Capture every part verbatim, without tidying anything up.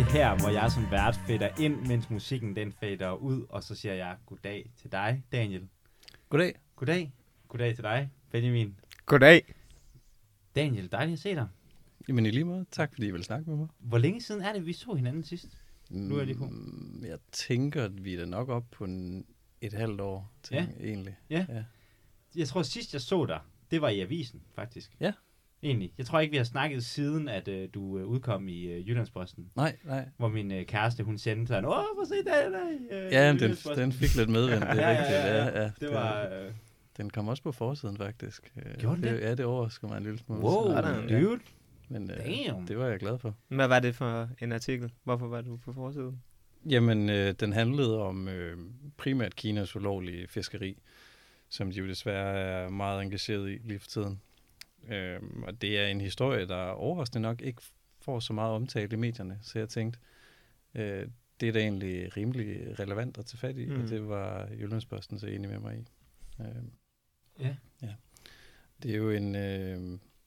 her, hvor jeg som vært fader ind, mens musikken den fader ud, og så siger jeg goddag til dig, Daniel. Goddag. Goddag. Goddag til dig, Benjamin. Goddag. Daniel, dejligt at se dig. Jamen i lige måde. Tak fordi I vil snakke med mig. Hvor længe siden er det, vi så hinanden sidst? Nu er jeg lige på. Mm, jeg tænker, at vi er da nok op på en, et halvt år, tænker, Ja. egentlig. Ja. ja. Jeg tror, sidst jeg så dig, det var i avisen, faktisk. Ja. Egentlig. Jeg tror ikke, vi har snakket siden, at øh, du øh, udkom i øh, Jyllandsposten. Nej, nej. Hvor min øh, kæreste, hun sendte sådan, åh, hvor se den der øh, Ja, den, den fik lidt medvind, det er ja, rigtigt. ja, ja. Ja, ja. Det var... Øh... Den kom også på forsiden, faktisk. Gjorde den det? Ja, det overrasker mig en lille smule. Wow, Så, dude. Men øh, Damn. det var jeg glad for. Hvad var det for en artikel? Hvorfor var du på forsiden? Jamen, øh, den handlede om øh, primært Kinas ulovlige fiskeri, som de jo desværre er meget engageret i lige for tiden. Øh, og det er en historie, der overraskende nok ikke får så meget omtale i medierne, så jeg tænkte, øh, det er da egentlig rimelig relevant at tage fat i, mm. og det var Jyllandsposten så enig med mig i. Øh, ja. ja. Det er jo en... Øh,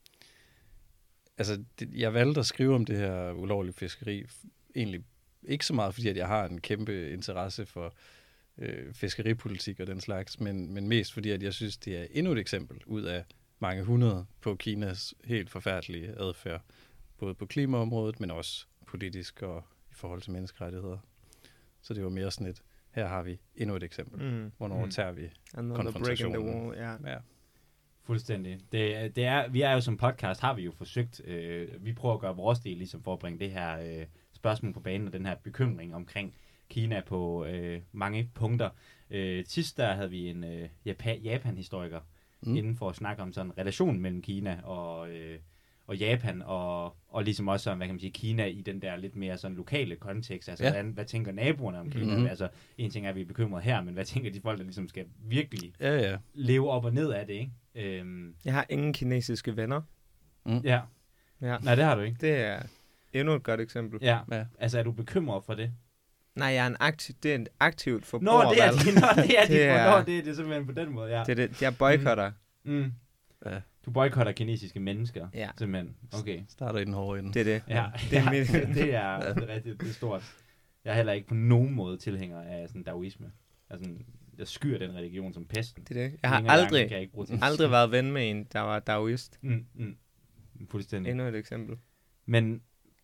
altså, det, jeg valgte at skrive om det her ulovlige fiskeri, egentlig ikke så meget, fordi at jeg har en kæmpe interesse for øh, fiskeripolitik og den slags, men, men mest fordi, at jeg synes, det er endnu et eksempel ud af mange hundrede på Kinas helt forfærdelige adfærd, både på klimaområdet, men også politisk og i forhold til menneskerettigheder. Så det var mere sådan et, her har vi endnu et eksempel. Mm. Hvornår mm. tager vi konfrontationen? Ja. Ja. Fuldstændig. Det, det er, vi er jo som podcast, har vi jo forsøgt, øh, vi prøver at gøre vores del, ligesom for at bringe det her øh, spørgsmål på banen, og den her bekymring omkring Kina på øh, mange punkter. Øh, sidst der havde vi en øh, Japan, Japan-historiker mm. inden for at snakke om sådan relationen mellem Kina og, øh, og Japan, og, og ligesom også om, hvad kan man sige, Kina i den der lidt mere sådan lokale kontekst. Altså, ja. hvad, hvad tænker naboerne om Kina? Mm-hmm. Altså, en ting er, at vi er bekymret her, men hvad tænker de folk, der ligesom skal virkelig ja, ja. leve op og ned af det, ikke? Øhm. Jeg har ingen kinesiske venner. Mm. Ja. ja. Nej, det har du ikke. Det er endnu et godt eksempel. Ja. ja. Altså, er du bekymret for det? Nej, jeg er en aktiv, det er en aktivt forbruger. Nå, det er de, nå, det er de, det er, nå, det er det simpelthen på den måde, ja. Det er det, jeg boykotter. Mm. Mm. Ja. Du boykotter kinesiske mennesker, ja. Simpelthen. Okay. Starter i den hårde ende. Det er det. Ja, det er, mit... det er, det er rigtigt, det er stort. Jeg er heller ikke på nogen måde tilhænger af sådan daoisme. Altså, jeg skyer den religion som pesten. Det er det. Jeg har aldrig, jeg aldrig været ven med en, der var daoist. Mm, mm. Fuldstændig. Endnu et eksempel. Men,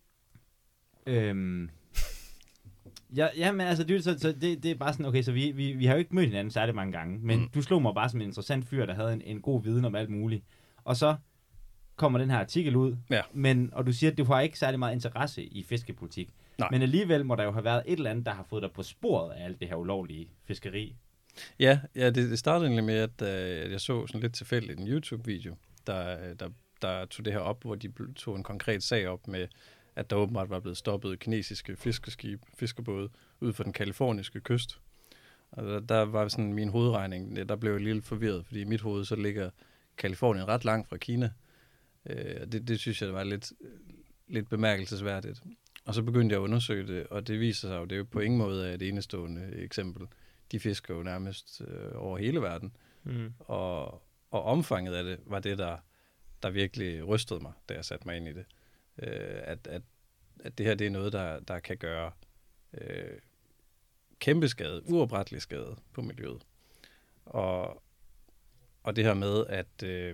øhm, ja, ja, men altså, det, så, så det, det er bare sådan, okay, så vi, vi, vi har jo ikke mødt hinanden særlig mange gange, men mm. du slog mig bare som en interessant fyr, der havde en, en god viden om alt muligt. Og så kommer den her artikel ud, ja. men, og du siger, at du har ikke særlig meget interesse i fiskepolitik. Nej. Men alligevel må der jo have været et eller andet, der har fået dig på sporet af alt det her ulovlige fiskeri. Ja, ja det, det startede egentlig med, at, at jeg så sådan lidt tilfældigt en YouTube-video, der, der, der tog det her op, hvor de tog en konkret sag op med, at der åbenbart var blevet stoppet kinesiske fiskeskib, fiskerbåde ud for den kaliforniske kyst. Og der, der var sådan min hovedregning, der blev jeg lidt forvirret, fordi i mit hoved så ligger Kalifornien ret langt fra Kina. Øh, det, det synes jeg var lidt, lidt bemærkelsesværdigt. Og så begyndte jeg at undersøge det, og det viser sig jo, det er jo på ingen måde et enestående eksempel. De fisker jo nærmest øh, over hele verden. Mm. Og, og omfanget af det var det, der, der virkelig rystede mig, da jeg satte mig ind i det. Øh, at, at, at det her det er noget, der, der kan gøre øh, kæmpe skade, uoprettelig skade på miljøet. Og, og det her med, at, øh,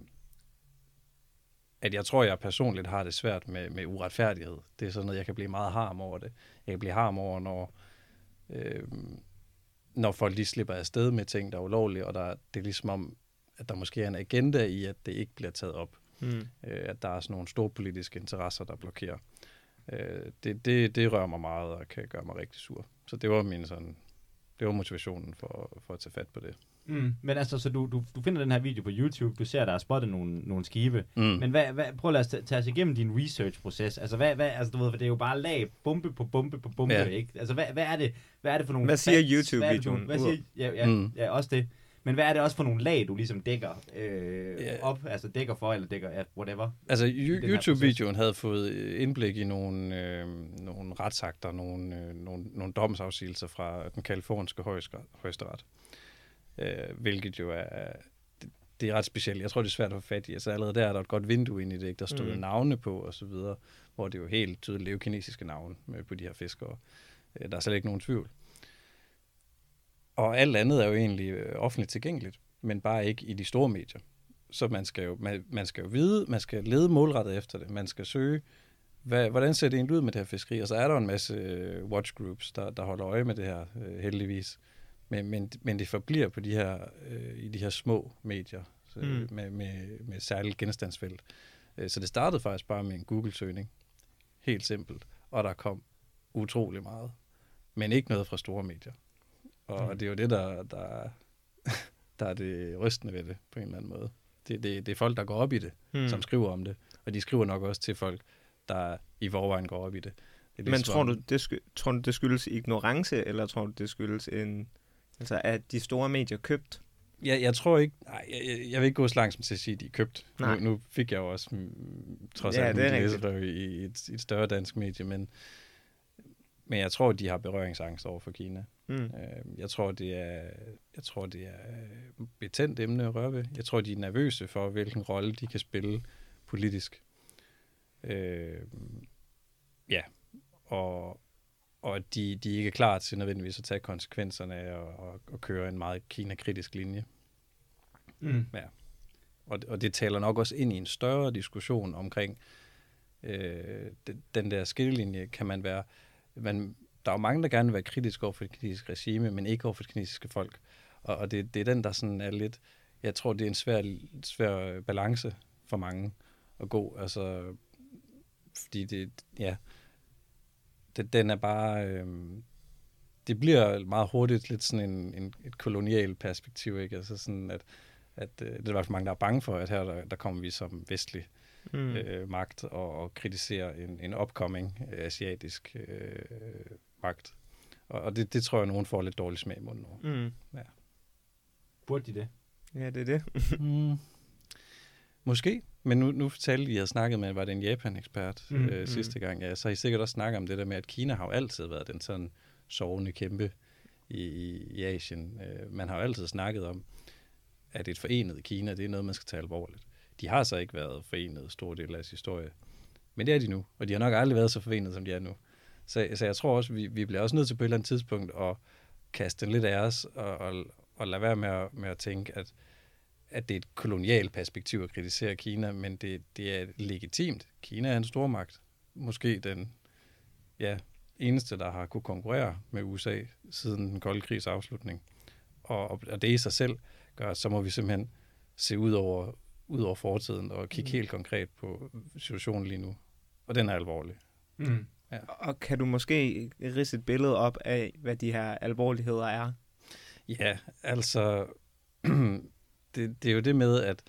at jeg tror, jeg personligt har det svært med, med uretfærdighed. Det er sådan noget, jeg kan blive meget harm over det. Jeg kan blive harm over, når, øh, når folk lige slipper afsted med ting, der er ulovlige, og der, det er ligesom om, at der måske er en agenda i, at det ikke bliver taget op. Mm. Øh, at der er sådan nogle store politiske interesser, der blokerer. Øh, det, det, det rører mig meget og kan gøre mig rigtig sur. Så det var min sådan, det var motivationen for, for at tage fat på det. Mm. Men altså, så du, du, du finder den her video på YouTube, du ser, der er spottet nogle, nogle skibe. Mm. Men hvad, hvad, prøv at lade os tage os igennem din research-proces. Altså, hvad, hvad, altså, du ved, det er jo bare lag, bombe på bombe på bombe, ja. Ikke? Altså, hvad, hvad, er det, hvad er det for nogle... Hvad siger YouTube-videoen? Hvad siger, ja, ja, mm. ja, også det. Men hvad er det også for nogle lag, du ligesom dækker øh, yeah. op, altså dækker for, eller dækker, ja, whatever? Altså, YouTube-videoen havde fået indblik i nogle, øh, nogle retsakter, nogle, øh, nogle, nogle domsafsigelser fra den kaliforniske højesteret, øh, hvilket jo er, det, det er ret specielt. Jeg tror, det er svært at få fat i. Altså allerede der er der et godt vindue ind i det, ikke? Der stod mm. navne på og så videre, hvor det er jo helt tydeligt leve kinesiske navne med på de her fiskere. Der er slet ikke nogen tvivl. Og alt andet er jo egentlig offentligt tilgængeligt, men bare ikke i de store medier. Så man skal jo, man, man skal jo vide, man skal lede målrettet efter det. Man skal søge, hvad, hvordan ser det egentlig ud med det her fiskeri? Og så er der en masse watch groups, der, der holder øje med det her, heldigvis. Men, men, men det forbliver på de her, øh, i de her små medier, så, mm. med, med, med særligt genstandsfelt. Så det startede faktisk bare med en Google-søgning. Helt simpelt. Og der kom utrolig meget. Men ikke noget fra store medier. Og mm. det er jo det, der, der, der er det rystende ved det, på en eller anden måde. Det, det, det er folk, der går op i det, mm. som skriver om det. Og de skriver nok også til folk, der i forvejen går op i det. det Men tror du, det sky- tror du, det skyldes ignorance, eller tror du, det skyldes en... Altså, er de store medier købt? Ja, jeg tror ikke... Nej, jeg, jeg vil ikke gå så langt som til at sige, at de er købt. Nu, nu fik jeg jo også mm, trods alt ja, en læsebrev i, i, et, i et større dansk medie, men, men jeg tror, de har berøringsangst over for Kina. Mm. Jeg tror, det er, jeg tror, det er betændt emne at røre ved. Jeg tror, de er nervøse for, hvilken rolle de kan spille politisk. Øh, ja, og... og de, de er ikke klar til nødvendigvis at tage konsekvenserne af og, og, og køre en meget Kina-kritisk linje. Mm. Ja. Og, og det taler nok også ind i en større diskussion omkring øh, den der skillelinje. Kan man være... Man, der er jo mange, der gerne vil være kritisk over for det kinesiske regime, men ikke over for det kinesiske folk. Og, og det, det er den, der sådan er lidt... Jeg tror, det er en svær, svær balance for mange at gå. Altså, fordi det... Ja... Den er bare, øh, det bliver meget hurtigt lidt sådan en, en, et kolonial perspektiv, ikke? Altså sådan, at, at øh, det er i hvert fald mange, der er bange for, at her der, der kommer vi som vestlig mm. øh, magt og, og kritiserer en, en upcoming øh, asiatisk øh, magt. Og, og det, det tror jeg, nogen får lidt dårlig smag i munden over. Mm. Ja. Burde de det? Ja, det er det. mm. Måske. Men nu, nu fortalte I, at jeg havde snakket med, var det en Japan-ekspert mm, øh, sidste mm. gang, ja, så har I sikkert også snakket om det der med, at Kina har jo altid været den sådan sovende kæmpe i, i, i Asien. Øh, man har jo altid snakket om, at et forenet Kina, det er noget, man skal tage alvorligt. De har så ikke været forenet stor del af deres historie, men det er de nu, og de har nok aldrig været så forenet, som de er nu. Så, så jeg tror også, vi, vi bliver også nødt til på et eller andet tidspunkt at kaste den lidt af os, og, og, og lade være med at, med at tænke, at at det er et kolonialt perspektiv at kritisere Kina, men det, det er legitimt. Kina er en stormagt. Måske den ja, eneste, der har kunne konkurrere med U S A siden den kolde krigs afslutning. Og, og det i sig selv gør, så må vi simpelthen se ud over, ud over fortiden og kigge mm. helt konkret på situationen lige nu. Og den er alvorlig. Mm. Ja. Og kan du måske ridse et billede op af, hvad de her alvorligheder er? Ja, altså... Det, det er jo det med, at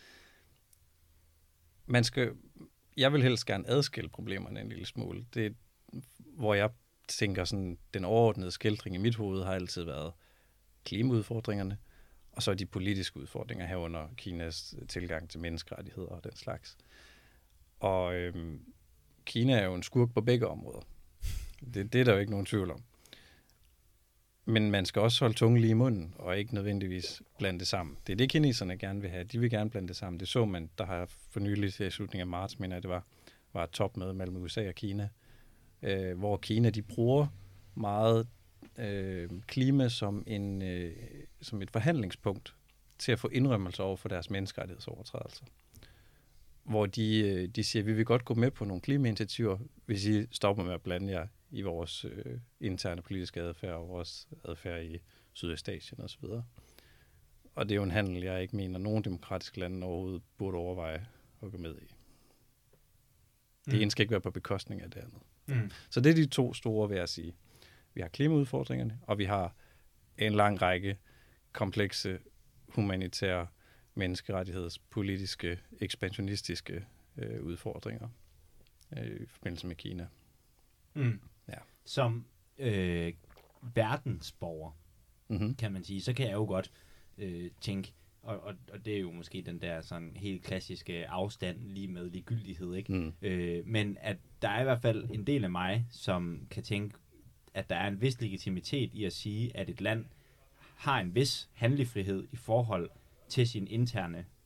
man skal... Jeg vil helst gerne adskille problemerne en lille smule. Det, hvor jeg tænker sådan, den overordnede skildring i mit hoved har altid været klimaudfordringerne, og så de politiske udfordringer herunder Kinas tilgang til menneskerettigheder og den slags. Og øhm, Kina er jo en skurk på begge områder. Det, det er der jo ikke nogen tvivl om. Men man skal også holde tungen lige i munden, og ikke nødvendigvis blande det sammen. Det er det, kineserne gerne vil have. De vil gerne blande det sammen. Det så man, der har for nylig i slutningen af marts, mener jeg, det var, var et topmøde mellem U S A og Kina, øh, hvor Kina, de bruger meget øh, klima som, en, øh, som et forhandlingspunkt til at få indrømmelser over for deres menneskerettighedsovertrædelser. Hvor de, øh, de siger, vi vil godt gå med på nogle klimainitiativer, hvis I stopper med at blande jer i vores øh, interne politiske adfærd og vores adfærd i Sydøstasien og så videre. Og det er jo en handel, jeg ikke mener, nogen demokratiske lande overhovedet burde overveje at gå med i. Det mm. ene skal ikke være på bekostning af det andet. Mm. Så det er de to store, vil jeg sige. Vi har klimaudfordringerne, og vi har en lang række komplekse humanitære, menneskerettighedspolitiske, ekspansionistiske øh, udfordringer øh, i forbindelse med Kina. Mm. Ja. Som øh, verdensborger, mm-hmm. kan man sige, så kan jeg jo godt øh, tænke, og, og, og det er jo måske den der sådan helt klassiske afstand lige med ligegyldighed, ikke? Mm. Øh, men at der er i hvert fald en del af mig, som kan tænke, at der er en vis legitimitet i at sige, at et land har en vis handlefrihed i forhold til sin interne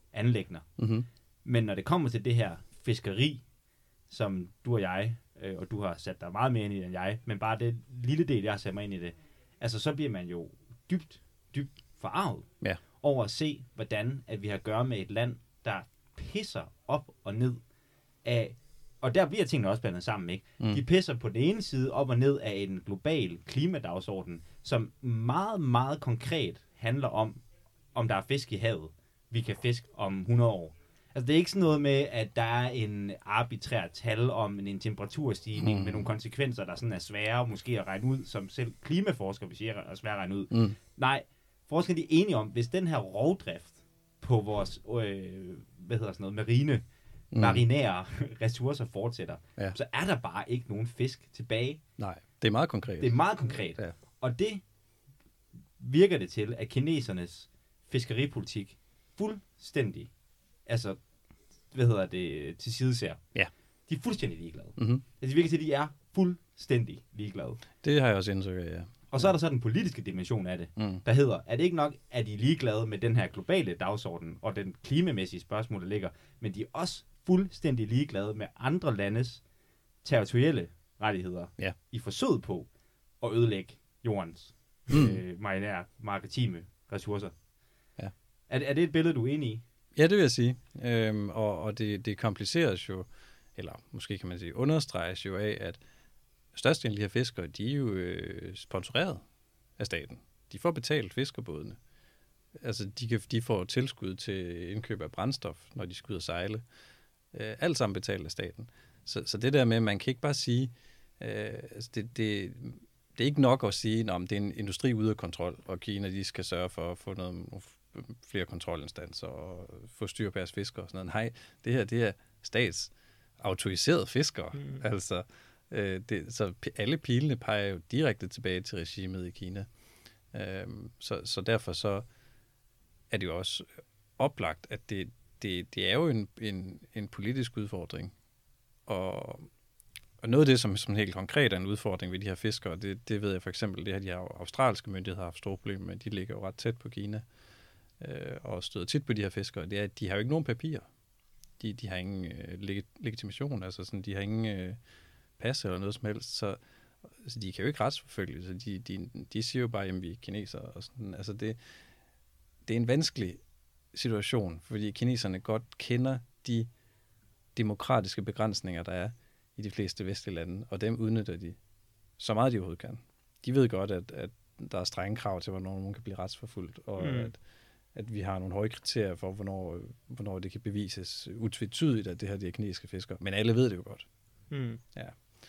anliggender. Mm-hmm. Men når det kommer til det her fiskeri, som du og jeg, øh, og du har sat dig meget mere ind i end jeg, men bare det lille del, jeg har sat mig ind i det, altså så bliver man jo dybt, dybt forarvet ja. over at se, hvordan at vi har at gøre med et land, der pisser op og ned af, og der bliver tingene også blandet sammen, ikke? Mm. De pisser på den ene side op og ned af en global klimadagsorden, som meget, meget konkret handler om, om der er fisk i havet, vi kan fiske om hundrede år. Altså det er ikke sådan noget med, at der er en arbitrær tal om en temperaturstigning mm. med nogle konsekvenser, der sådan er svære måske at regne ud, som selv klimaforskere vil sige er svære at regne ud. Mm. Nej, forskerne er enige om, hvis den her rovdrift på vores øh, hvad hedder sådan noget, marine, mm. marinære ressourcer fortsætter, ja. så er der bare ikke nogen fisk tilbage. Nej, det er meget konkret. Det er meget konkret. Ja. Og det virker det til, at kinesernes fiskeripolitik fuldstændig, altså, hvad hedder det, til sideser. Ja. De er fuldstændig ligeglade. Mm-hmm. Altså, det virker til, at de er fuldstændig ligeglade. Det har jeg også indtryk af, ja. Og så er der så den politiske dimension af det, mm. der hedder, er det ikke nok, at de er ligeglade med den her globale dagsorden og den klimamæssige spørgsmål, der ligger, men de er også fuldstændig ligeglade med andre landes territorielle rettigheder ja. i forsøget på at ødelægge jordens mm. øh, marinære, maritime ressourcer. Ja. Er, er det et billede, du er enig i? Ja, det vil jeg sige. Øhm, og og det, det kompliceres jo, eller måske kan man sige, understreges jo af, at størstedelen af de her fiskere, de er jo øh, sponsoreret af staten. De får betalt fiskerbådene. Altså, de, kan, de får tilskud til indkøb af brændstof, når de skal ud og sejle. Øh, alt sammen betalt af staten. Så, så det der med, man kan ikke bare sige, øh, altså det, det, det er ikke nok at sige, at det er en industri ude af kontrol, og Kina de skal sørge for at få noget, flere kontrolinstanser og få styr på deres fiskere og sådan noget. Nej, det her det er statsautoriserede fiskere. Mm. Altså, øh, det, så alle pilene peger jo direkte tilbage til regimet i Kina. Øh, så, så derfor så er det jo også oplagt, at det, det, det er jo en, en, en politisk udfordring. Og, og noget af det, som, som helt konkret er en udfordring ved de her fiskere, det, det ved jeg for eksempel, det her de her australske myndigheder har haft store problemer med. De ligger jo ret tæt på Kina øh, og støder tit på de her fiskere. Det er, at de har jo ikke nogen papirer. De, de har ingen øh, leg, legitimation, altså sådan, de har ingen øh, pas eller noget som helst, så, så de kan jo ikke retsforfølge. Så de, de, de siger jo bare, at vi er kinesere. Og sådan. Altså det, det er en vanskelig situation, fordi kineserne godt kender de demokratiske begrænsninger, der er i de fleste vestlige lande, og dem udnytter de så meget, de overhovedet kan. De ved godt, at, at der er strenge krav til, hvornår nogen kan blive retsforfulgt, og mm. at, at vi har nogle høje kriterier for, hvornår, hvornår det kan bevises utvetydigt, at det her det er kinesiske fiskere. Men alle ved det jo godt. Mm. Ja.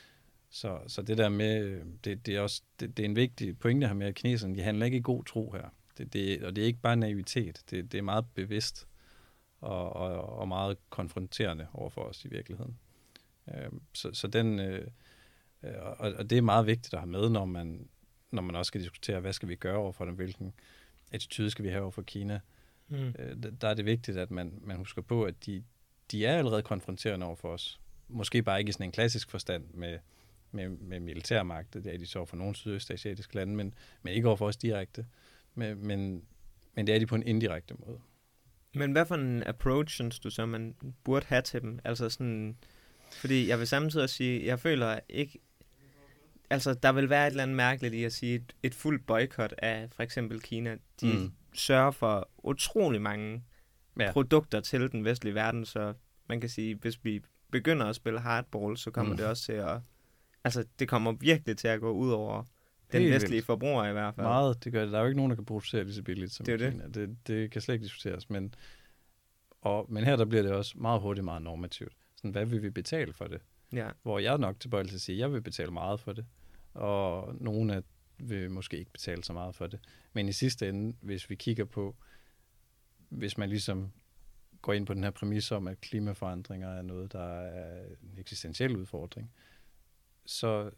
Så, så det der med, det, det er også det, det er en vigtig pointe her med, at kineserne, de handler ikke i god tro her. Det, det, og det er ikke bare naivitet, det, det er meget bevidst og, og, og meget konfronterende over for os i virkeligheden. Øh, så, så den, øh, og, og det er meget vigtigt at have med, når man, når man også skal diskutere, hvad skal vi gøre over for dem, hvilken attitude skal vi have over for Kina. Mm. Øh, der er det vigtigt, at man, man husker på, at de, de er allerede konfronterende over for os. Måske bare ikke i sådan en klassisk forstand med, med, med militærmagt, det er de så for nogle sydøstasiatiske lande, men, men ikke over for os direkte. Men, men, men det er de på en indirekte måde. Men hvad for en approach, synes du så, man burde have til dem? Altså sådan, fordi jeg vil samtidig sige, jeg føler ikke, altså der vil være et eller andet mærkeligt i at sige, et, et fuldt boykot af for eksempel Kina. De mm. sørger for utrolig mange ja. produkter til den vestlige verden, så man kan sige, hvis vi begynder at spille hardball, så kommer mm. det også til at, altså det kommer virkelig til at gå ud over den Helt vestlige vildt. forbruger i hvert fald. Meget, det gør det. Der er jo ikke nogen, der kan producere lige så billigt som det Kina. Det. Det, det kan slet ikke diskuteres. Men, og, men her der bliver det også meget hurtigt meget normativt. Sådan, hvad vil vi betale for det? Ja. Hvor jeg er nok tilbøjelig til at sige, at jeg vil betale meget for det. Og nogle vil måske ikke betale så meget for det. Men i sidste ende, hvis vi kigger på, hvis man ligesom går ind på den her præmis om, at klimaforandringer er noget, der er en eksistentiel udfordring, så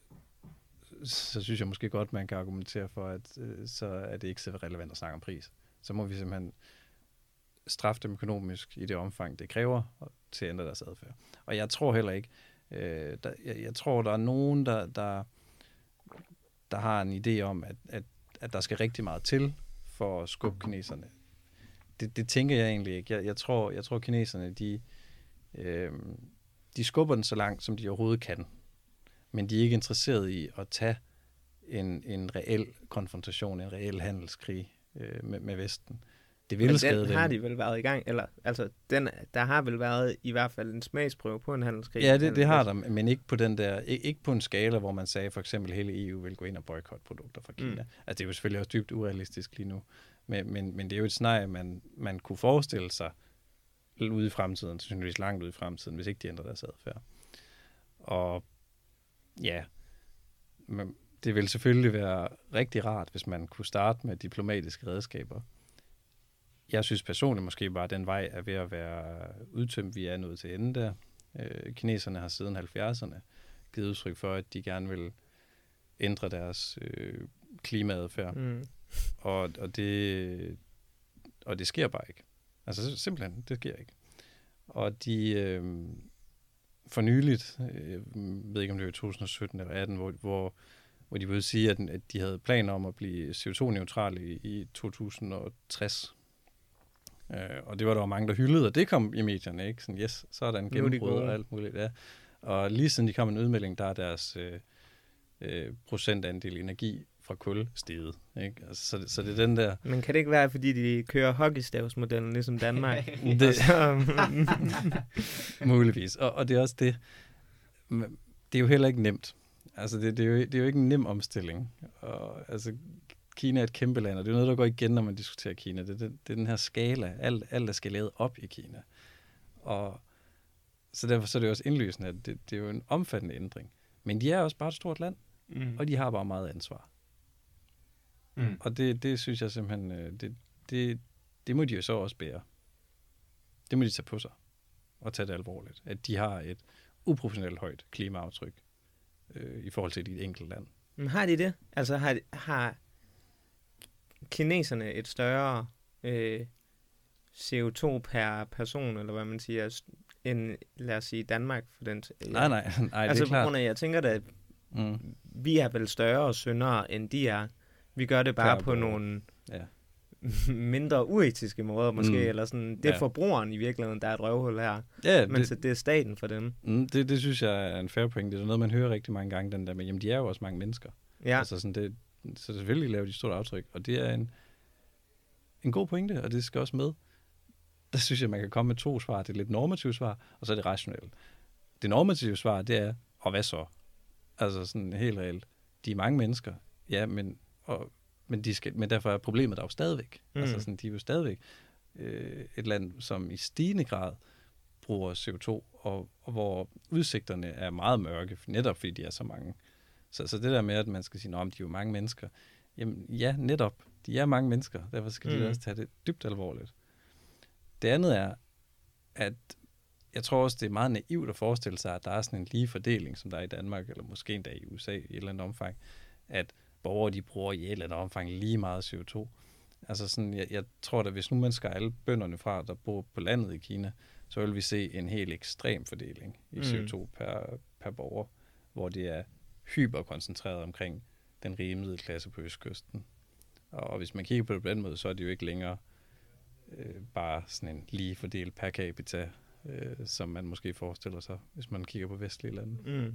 så synes jeg måske godt, man kan argumentere for, at øh, så er det ikke så relevant at snakke om pris. Så må vi simpelthen straffe dem økonomisk i det omfang, det kræver til at ændre deres adfærd. Og jeg tror heller ikke, øh, der, jeg, jeg tror, der er nogen, der, der, der har en idé om, at, at, at der skal rigtig meget til for at skubbe kineserne. det, det tænker jeg egentlig ikke. Jeg, jeg tror, jeg tror kineserne, de, øh, de skubber den så langt, som de overhovedet kan. Men de er ikke interesserede i at tage en, en reel konfrontation, en reel handelskrig øh, med, med Vesten. Det vil Men skade den har dem. de vel været i gang, eller altså, den, der har vel været i hvert fald en smagsprøve på en handelskrig. Ja, det, det har der, men ikke på den der, ikke, ikke på en skala, hvor man sagde, for eksempel hele E U vil gå ind og boykotte produkter fra Kina. Mm. Altså, det er jo selvfølgelig også dybt urealistisk lige nu, men, men, men det er jo et scenarie, man, man kunne forestille sig ude i fremtiden, sandsynligvis langt ude i fremtiden, hvis ikke de ændrer deres adfærd. Og ja, men det vil selvfølgelig være rigtig rart, hvis man kunne starte med diplomatiske redskaber. Jeg synes personligt måske bare, at den vej er ved at være udtømt. Vi er nået til ende der. Øh, kineserne har siden halvfjerdserne givet udtryk for, at de gerne vil ændre deres øh, klimaadfærd. Mm. Og, og, det, og det sker bare ikke. Altså simpelthen, det sker ikke. Og de øh, for nyligt, jeg ved ikke om det var i to tusind og sytten eller atten, hvor, hvor, hvor de ville sige, at, at de havde planer om at blive C O to neutrale i, i to tusind og tres. Uh, og det var der var mange, der hyldede, og det kom i medierne, ikke? Sådan, yes, så er der en gennembrud og alt muligt, ja. Og lige siden de kom en udmelding, der er deres øh, øh, procentandel energi fra kul steget, ikke? Altså, så, så det er den der... Men kan det ikke være, fordi de kører hockeystavsmodellen ligesom Danmark? det, muligvis, og, og det er også det. Det er jo heller ikke nemt. Altså, det, det, er, jo, det er jo ikke en nem omstilling. Og, altså, Kina er et kæmpe land, og det er noget, der går igen, når man diskuterer Kina. Det, det, det er den her skala. Alt, alt er skaleret op i Kina. Og så derfor så er det også indlysende, at det, det er jo en omfattende ændring. Men de er også bare et stort land, mm. og de har bare meget ansvar. Mm. Og det, det synes jeg simpelthen, det, det, det må de jo så også bære. Det må de tage på sig og tage det alvorligt. At de har et uproportionelt højt klimaaftryk øh, i forhold til et enkelt land. Men har de det? Altså har, har kineserne et større øh, C O to per person, eller hvad man siger, end, lad os sige, Danmark? For den t- nej, nej, nej, altså, det er klart. på grund af, jeg tænker da, mm. vi er vel større syndere, end de er. Vi gør det bare per på nogle ja. mindre uetiske måder, måske, mm. eller sådan, det er ja. forbrugeren i virkeligheden, der er et røvhul her, ja, men det, så det er staten for dem. Mm, det, det synes jeg er en fair point. Det er noget, man hører rigtig mange gange, den der med, jamen, de er jo også mange mennesker. Ja. Altså sådan, det, så selvfølgelig laver de stort aftryk, og det er en, en god pointe, og det skal også med. Der synes jeg, man kan komme med to svar. Det er lidt normativt svar, og så er det rationelt. Det normative svar, det er, og hvad så? Altså sådan helt reelt. De er mange mennesker, ja, men, og, men, de skal, men derfor er problemet der jo stadigvæk. Mm. Altså sådan, de er jo stadigvæk øh, et land, som i stigende grad bruger C O to, og, og hvor udsigterne er meget mørke, netop fordi de er så mange. Så, så det der med, at man skal sige, at de er jo mange mennesker. Jamen ja, netop. De er mange mennesker. Derfor skal mm. de også tage det dybt alvorligt. Det andet er, at jeg tror også, det er meget naivt at forestille sig, at der er sådan en lige fordeling, som der er i Danmark, eller måske endda i U S A i et eller andet omfang, at borgere, de bruger i et eller andet omfang lige meget C O to. Altså sådan, jeg, jeg tror da, hvis nu man skal alle bønderne fra, der bor på landet i Kina, så vil vi se en helt ekstrem fordeling i mm. C O to per, per borger, hvor det er hyperkoncentreret omkring den rige middelklasse på østkysten. Og hvis man kigger på det på den måde, så er det jo ikke længere øh, bare sådan en lige fordel per capita, øh, som man måske forestiller sig, hvis man kigger på vestlige lande. Mm.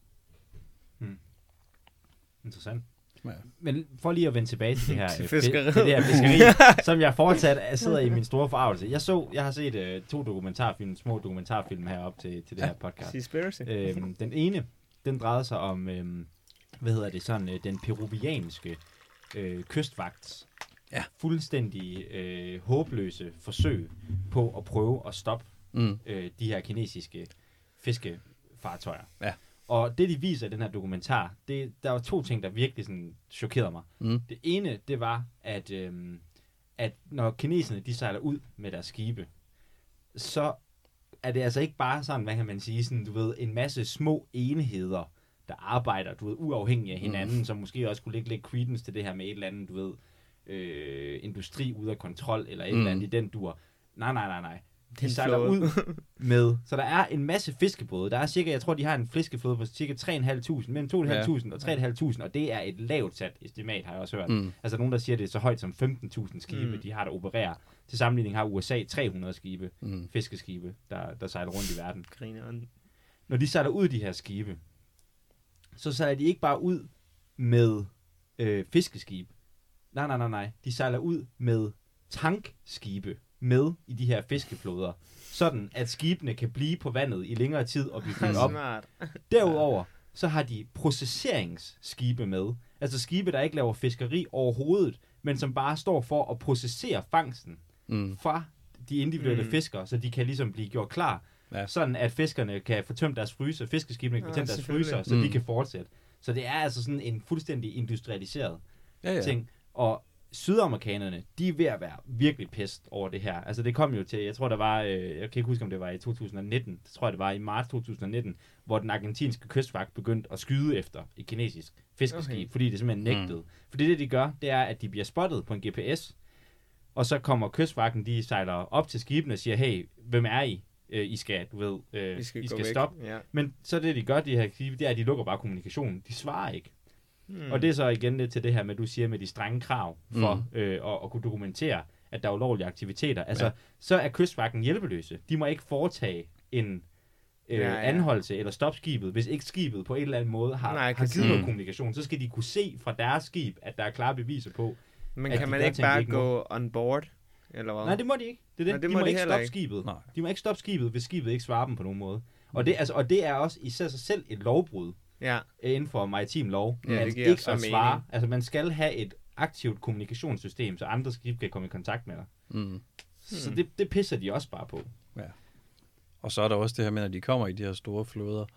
Mm. Interessant. Ja. Men for lige at vende tilbage til det her fiskeri, det, det her fiskeri som jeg fortsat sidder i min store forarvelse. Jeg så, jeg har set uh, to dokumentarfilm, små dokumentarfilm herop til til det ja. her podcast. Øhm, den ene, den drejede sig om, øhm, hvad hedder det sådan, øh, den peruvianske øh, kystvagts ja. fuldstændig øh, håbløse forsøg på at prøve at stoppe mm. øh, de her kinesiske fiskefartøjer. Ja. Og det, de viser i den her dokumentar, det, der var to ting, der virkelig sådan chokerede mig. Mm. Det ene, det var, at, øhm, at når kineserne, de sejler ud med deres skibe, så er det altså ikke bare sådan, hvad kan man sige, sådan, du ved, en masse små enheder, der arbejder, du ved, uafhængigt af hinanden, mm. som måske også kunne lægge lidt credence til det her med et eller andet, du ved, øh, industri ude af kontrol, eller et mm. eller andet i den dur. Nej, nej, nej, nej. de sejler ud med, så der er en masse fiskebåde. Der er cirka, jeg tror, de har en fiskeflåde på cirka tre tusind fem hundrede, mellem to tusind fem hundrede ja. og tre tusind fem hundrede, og det er et lavt sat estimat, har jeg også hørt. Mm. Altså nogen, der siger, det er så højt som femten tusind skibe, mm. de har, der opererer. Til sammenligning har U S A tre hundrede skibe, mm. fiskeskibe, der, der sejler rundt i verden. Grineren. Når de sejler ud, de her skibe, så sejler de ikke bare ud med øh, fiskeskib. Nej, nej, nej, nej. De sejler ud med tankskibe med i de her fiskeflåder, sådan at skibene kan blive på vandet i længere tid og blive fyldt op. Derudover, så har de processeringsskibe med. Altså skibe, der ikke laver fiskeri overhovedet, men som bare står for at processere fangsten mm. fra de individuelle mm. fiskere, så de kan ligesom blive gjort klar. Ja. Sådan at fiskerne kan få tømt deres fryser, fiskeskibene kan få tømt ja, deres fryser, så mm. de kan fortsætte. Så det er altså sådan en fuldstændig industrialiseret ja, ja. ting. Og sydamerikanerne, de er ved at være virkelig pest over det her. Altså det kom jo til, jeg tror der var, øh, jeg kan ikke huske om det var i to tusind nitten, det tror jeg det var i marts to tusind nitten, hvor den argentinske kystvagt begyndte at skyde efter et kinesisk fiskeskib, okay. fordi det simpelthen nægtede. Mm. Fordi det de gør, det er, at de bliver spottet på en G P S, og så kommer kystvagten, de sejler op til skibene og siger, hey, hvem er I? Øh, I skal, du ved, øh, I skal, I skal stoppe. Ja. Men så det de gør, de her skibe, det er, at de lukker bare kommunikationen. De svarer ikke. Hmm. Og det er så igen lidt til det her med, du siger med de strenge krav for mm. øh, at, at kunne dokumentere, at der er ulovlige aktiviteter. Altså, ja. så er kystvagten hjælpeløse. De må ikke foretage en øh, ja, ja. anholdelse eller stoppe skibet, hvis ikke skibet på en eller anden måde har, Nej, har givet noget kommunikation. Så skal de kunne se fra deres skib, at der er klare beviser på. Men kan man ikke bare ikke gå on board? Eller hvad? Nej, det må de ikke. Det er det. Nej, det de må, må de ikke stoppe ikke. skibet. Nej. De må ikke stoppe skibet, hvis skibet ikke svarer dem på nogen måde. Og det, altså, og det er også især sig selv et lovbrud. Ja. Inden for maritim lov, ja, at ikke at svare. Mening. Altså man skal have et aktivt kommunikationssystem, så andre skib kan komme i kontakt med dig. Mm. Så det, det pisser de også bare på. Ja. Og så er der også det her med, at de kommer i de her store flåder,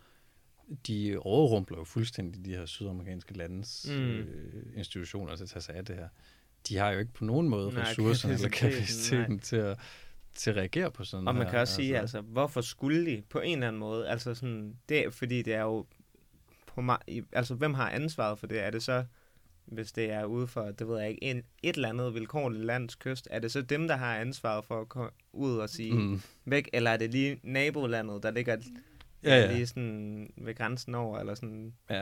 de overrumpler jo fuldstændig de her sydamerikanske landes mm. øh, institutioner til at tage sig af det her. De har jo ikke på nogen måde nej, ressourcerne eller kapaciteten til at til at reagere på sådan og man her, kan også altså. sige, altså, hvorfor skulle de på en eller anden måde? Altså sådan, det er, fordi det er jo på ma- altså, hvem har ansvaret for det? Er det så, hvis det er ude for, det ved jeg ikke, en, et eller andet vilkårligt lands kyst, er det så dem, der har ansvaret for at komme ud og sige mm. væk, eller er det lige nabolandet, der ligger ja, ja. lige sådan ved grænsen over, eller sådan? Ja,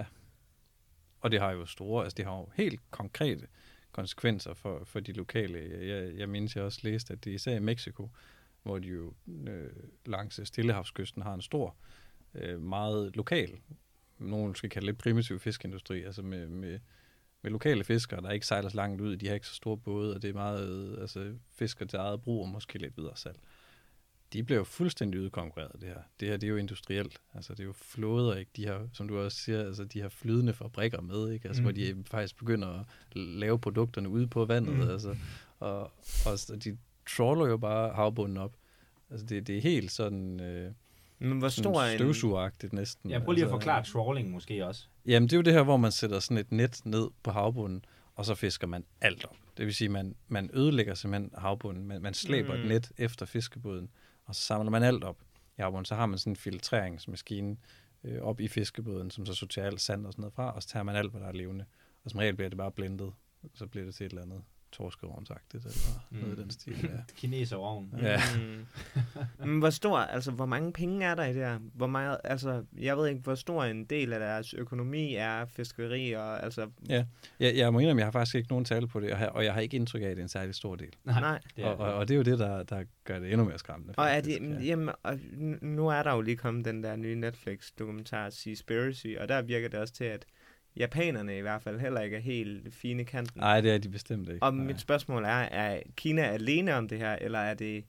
og det har jo store, altså det har jo helt konkrete konsekvenser for, for de lokale. Jeg, jeg mindes, jeg også læste, at det er især i Mexico, hvor de jo øh, langs Stillehavskysten har en stor, øh, meget lokal, nogen skal kalde det primitiv fiskeindustri, altså med, med, med lokale fiskere, der ikke sejler så langt ud, de har ikke så store både, og det er meget altså, fisker til eget brug og måske lidt videre salg. De bliver jo fuldstændig udkonkurreret, det her. Det her, det er jo industrielt. Altså, det er jo flåder, ikke? De har, som du også siger, altså, de har flydende fabrikker med, ikke? Altså, mm. hvor de faktisk begynder at lave produkterne ude på vandet, mm. altså. Og, og de trawler jo bare havbunden op. Altså, det, det er helt sådan... Øh, Men hvor stor er en... støvsugeragtigt næsten. Jeg prøver lige at forklare trawling måske også. Jamen, det er jo det her, hvor man sætter sådan et net ned på havbunden, og så fisker man alt op. Det vil sige, man, man ødelægger simpelthen havbunden. Man, man slæber mm. et net efter fiskebåden, og så samler man alt op i havbunden. Så har man sådan en filtreringsmaskine øh, op i fiskebåden, som så sorterer alt sand og sådan noget fra, og så tager man alt, hvad der er levende. Og som regel bliver det bare blendet, så bliver det til et eller andet torskerovnsagtigt, eller mm. noget i den stil. Ja. Kineserovn. Ja. Mm. Men hvor stor, altså hvor mange penge er der i det her? Hvor meget, altså jeg ved ikke, hvor stor en del af deres økonomi er fiskeri og altså... Ja, jeg, jeg må indrømme, jeg har faktisk ikke nogen tal på det, og, og jeg har ikke indtryk af, at det er en særlig stor del. Nej. Det og, og, og det er jo det, der, der gør det endnu mere skræmmende. Og, er det, ja. jamen, og nu er der jo lige kommet den der nye Netflix-dokumentar, Seaspiracy, og der virker det også til, at japanerne i hvert fald heller ikke er helt fine kanten. Nej, det er de bestemt ikke. Og Nej. mit spørgsmål er, er Kina alene om det her, eller er det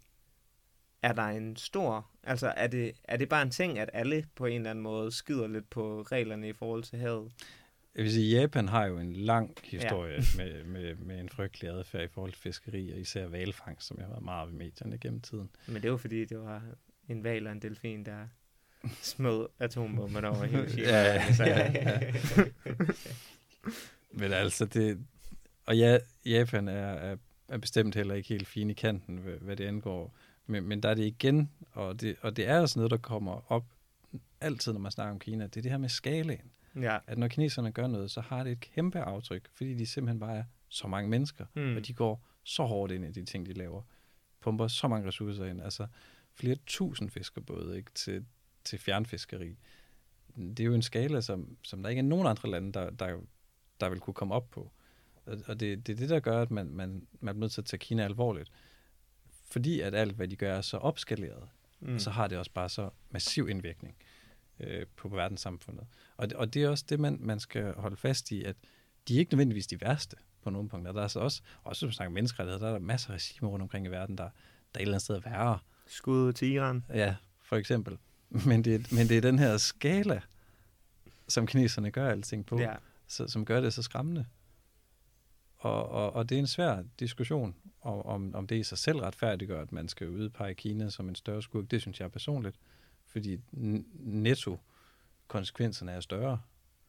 er der en stor, altså er det, er det bare en ting, at alle på en eller anden måde skider lidt på reglerne i forhold til havet? Jeg vil sige, Japan har jo en lang historie ja. med, med, med en frygtelig adfærd i forhold til fiskeri, og især hvalfangst, som jeg har været meget ved medierne gennem tiden. Men det var fordi, det var en hval og en delfin, der smed atombomberne over hele Kina. ja, ja, ja, ja. Men altså, det... Og ja, Japan er, er, er bestemt heller ikke helt fin i kanten, hvad, hvad det angår. Men, men der er det igen, og det, og det er også noget, der kommer op altid, når man snakker om Kina, det er det her med skalaen. Ja. At når kineserne gør noget, så har det et kæmpe aftryk, fordi de simpelthen bare er så mange mennesker, mm. og de går så hårdt ind i de ting, de laver. Pumper så mange ressourcer ind. Altså, flere tusind fiskerbåde, ikke, til, til fjernfiskeri. Det er jo en skala, som, som der ikke er nogen andre lande, der, der, der vil kunne komme op på. Og, og det, det er det, der gør, at man, man, man er nødt til at tage Kina alvorligt. Fordi at alt, hvad de gør, er så opskaleret, mm. så har det også bare så massiv indvirkning øh, på verdenssamfundet. Og, og det er også det, man, man skal holde fast i, at de er ikke nødvendigvis de værste på nogle punkter. Der er så også, også som snakker menneskerettigheder, der er der masser af regimer rundt omkring i verden, der, der er et eller andet sted værre. Skud til Iran. Ja, for eksempel. Men det, men det er den her skala, som kineserne gør alting på, Ja. så, som gør det så skræmmende. Og, og, og det er en svær diskussion, om, om, om det i sig selv retfærdiggør, at man skal udpege Kina som en større skurk. Det synes jeg personligt, fordi netto konsekvenserne er større.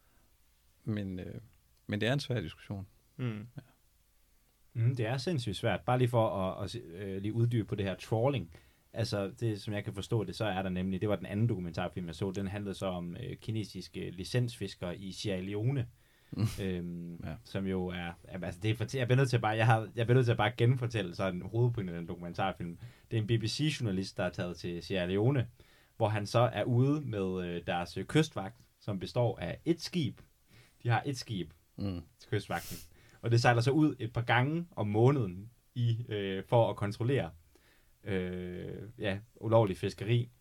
Men, øh, men det er en svær diskussion. Mm. Ja. Mm, det er sindssygt svært. Bare lige for at, at øh, lige uddybe på det her trawling. Altså, det som jeg kan forstå det, så er der nemlig, det var den anden dokumentarfilm, jeg så, den handlede så om øh, kinesiske licensfiskere i Sierra Leone, mm. øhm, ja. som jo er, altså det er for, jeg bliver nødt til at bare, jeg har, jeg bliver nødt til at bare genfortælle sådan hovedpointen af den dokumentarfilm. Det er en B B C-journalist, der er taget til Sierra Leone, hvor han så er ude med øh, deres øh, kystvagt, som består af et skib. De har et skib mm. til kystvagten, og det sejler så ud et par gange om måneden i, øh, for at kontrollere Øh, ja, ulovlig fiskeri.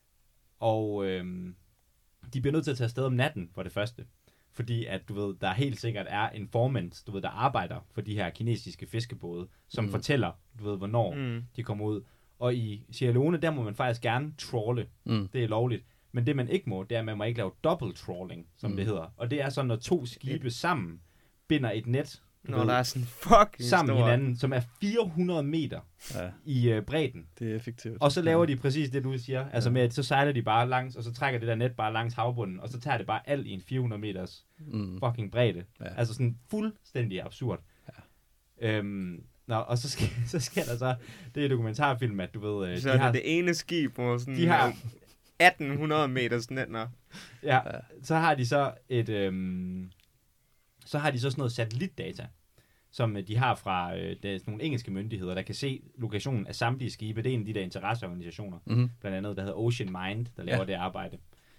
Og øh, de bliver nødt til at tage afsted om natten for det første. Fordi at, du ved, der helt sikkert er en formand, du ved, der arbejder for de her kinesiske fiskebåde, som mm. fortæller, du ved, hvornår mm. de kommer ud. Og i Sierra Leone, der må man faktisk gerne trawle. Mm. Det er lovligt. Men det man ikke må, det er, at man må ikke lave double trawling, som mm. det hedder. Og det er sådan, når to skibe sammen binder et net, Når der er sådan fucking sammen stor. hinanden, som er fire hundrede meter ja. i øh, bredden. Det er effektivt. Og så laver de præcis det, du siger. Altså med, at så sejler de bare langs, og så trækker det der net bare langs havbunden, og så tager det bare alt i en fire hundrede meters mm. fucking bredde. Ja. Altså sådan fuldstændig absurd. Ja. Øhm, nå, og så, sker, så sker der så, det er dokumentarfilm, at du ved... Øh, så de er har, det ene skib, hvor sådan de har atten hundrede meters net. Nå. Ja, ja, så har de så et... Øhm, så har de så sådan noget satellitdata, som de har fra øh, der er sådan nogle engelske myndigheder, der kan se lokationen af samtlige skibe. Det er en af de der interesseorganisationer, mm-hmm. blandt andet, der hedder Ocean Mind, der laver ja. det arbejde.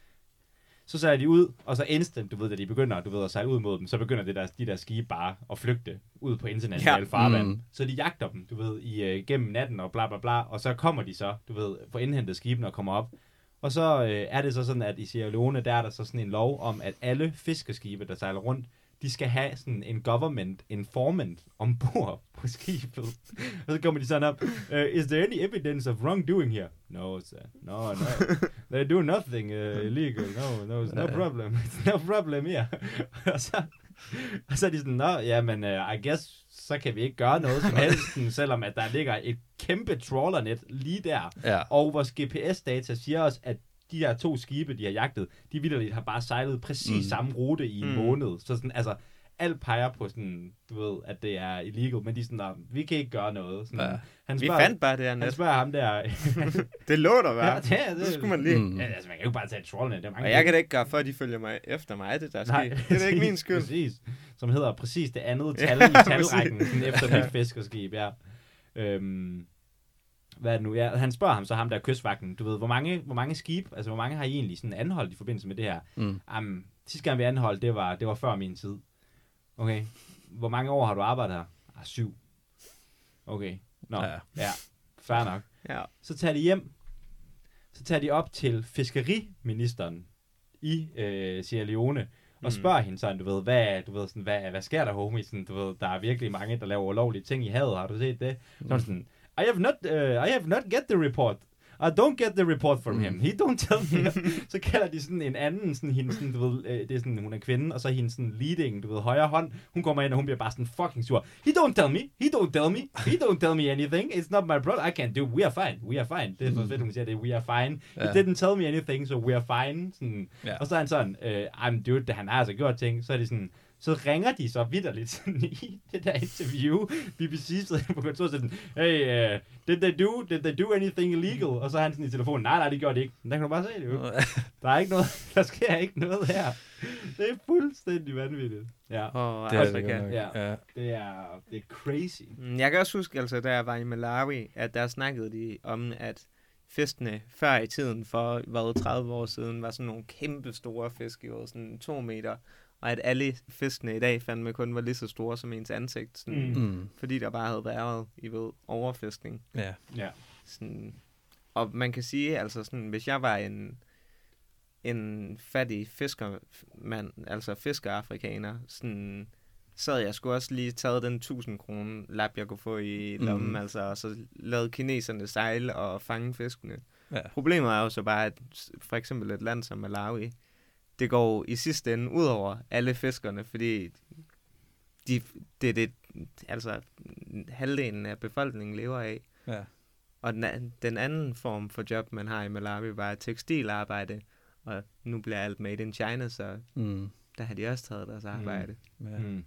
Så sejler de ud, og så instant, du ved, da de begynder, du ved, at sejle ud mod dem, så begynder det der, de der skibe bare at flygte ud på internationale ja. farvand. Mm. Så de jagter dem, du ved, i, uh, gennem natten og bla bla bla, og så kommer de så, du ved, får indhentet skibene og kommer op. Og så øh, er det så sådan, at i Sierra Leone, der er der så sådan en lov om, at alle fiskerskibe, der sejler rundt, de skal have sådan en government informant ombord på skibet. Og så kommer de sådan op, uh, is there any evidence of wrongdoing here? No, sir. No, no. They do nothing uh, illegal. No, no, it's no problem. It's no problem here. og, så, og så er de sådan, nå, jamen, uh, I guess, så kan vi ikke gøre noget som helst, selvom at der ligger et kæmpe trawlernet lige der. Ja. Og vores G P S-data siger os, at de her to skibe, de har jagtet, de vitterligt har bare sejlet præcis mm. samme rute i en mm. måned. Så sådan, altså, alt peger på sådan, du ved, at det er illegal, men de er sådan, der, vi kan ikke gøre noget. Sådan, ja. han spørger, vi fandt bare det her net. Han spørger ham der. det lå der være. Ja, det, det, det skulle man lige. Mm. Ja, altså, man kan jo bare tage et trawlnet. Det er mange og jeg kan da ikke gøre for, at de følger mig efter mig. Det der sker. Det er da ikke min skyld. Præcis. Som hedder præcis det andet tal i talrækken, efter mit fiskerskib, ja. Øhm, hvad er det nu? Ja, han spørger ham så, ham der kystvagten, du ved, hvor mange, hvor mange skib, altså hvor mange har I egentlig sådan anholdt i forbindelse med det her? Mm. Um, sidste gang vi anholdt, det var, det var før min tid. Okay. Hvor mange år har du arbejdet her? Ah, syv. Okay. Nå, ja. ja. Fair nok. Ja. Så tager de hjem. Så tager de op til fiskeriministeren i øh, Sierra Leone, og spørger mm. hende sådan, du ved, hvad, du ved, sådan, hvad, hvad sker der, homie? Sådan, du ved, der er virkelig mange, der laver ulovlige ting i havet, har du set det? Mm. Så sådan, I have not, uh, I have not get the report. I don't get the report from mm. him. He don't tell me. Så kalder de sådan en anden, sådan hende, sådan, du ved, øh, det er sådan, hun er kvinde, og så hende sådan leading, du ved, højre hånd. Hun kommer ind, og hun bliver bare sådan fucking sur. He don't tell me. He don't tell me. He don't tell me anything. It's not my problem. I can't do. We are fine. We are fine. Det er så fedt, hun siger det. We are fine. Yeah. He didn't tell me anything, so we are fine. Sådan. Yeah. Og så er han sådan, uh, I'm dude, han har altså gjort ting. Så er det sådan, så ringer de så vitterligt sådan i det der interview. B B C sidder på kontoret sådan, hey, uh, did they do, did they do anything illegal? Og så er han sådan i telefonen, nej, nej, det gjorde de ikke. Men der kan du bare se det jo. Der er ikke noget, der sker ikke noget her. Det er fuldstændig vanvittigt. Ja, oh, det, er det, ja. ja. det er det er crazy. Jeg kan også huske, altså, da jeg var i Malawi, at der snakkede de om, at fiskene før i tiden, for hvad, tredive år siden, var sådan nogle kæmpe store fisk, jo, sådan to meter, og at alle fiskene i dag fandme kun var lige så store som ens ansigt, sådan, Mm. fordi der bare havde været, I ved, overfiskning. Ja. Ja. Sådan, og man kan sige, altså sådan, hvis jeg var en, en fattig fiskermand, altså fiskerafrikaner, sådan, så havde jeg sgu også lige taget den tusind kroner lap, jeg kunne få i lommen, mm. altså, og så lavede kineserne sejle og fange fiskene. Ja. Problemet er jo så bare, at for eksempel et land som Malawi, det går i sidste ende ud over alle fiskerne, fordi de, det er det, altså halvdelen af befolkningen lever af. Ja. Og den, den anden form for job, man har i Malawi, var tekstilarbejde, og nu bliver alt made in China, så Mm. der har de også taget deres arbejde. Ja. Mm.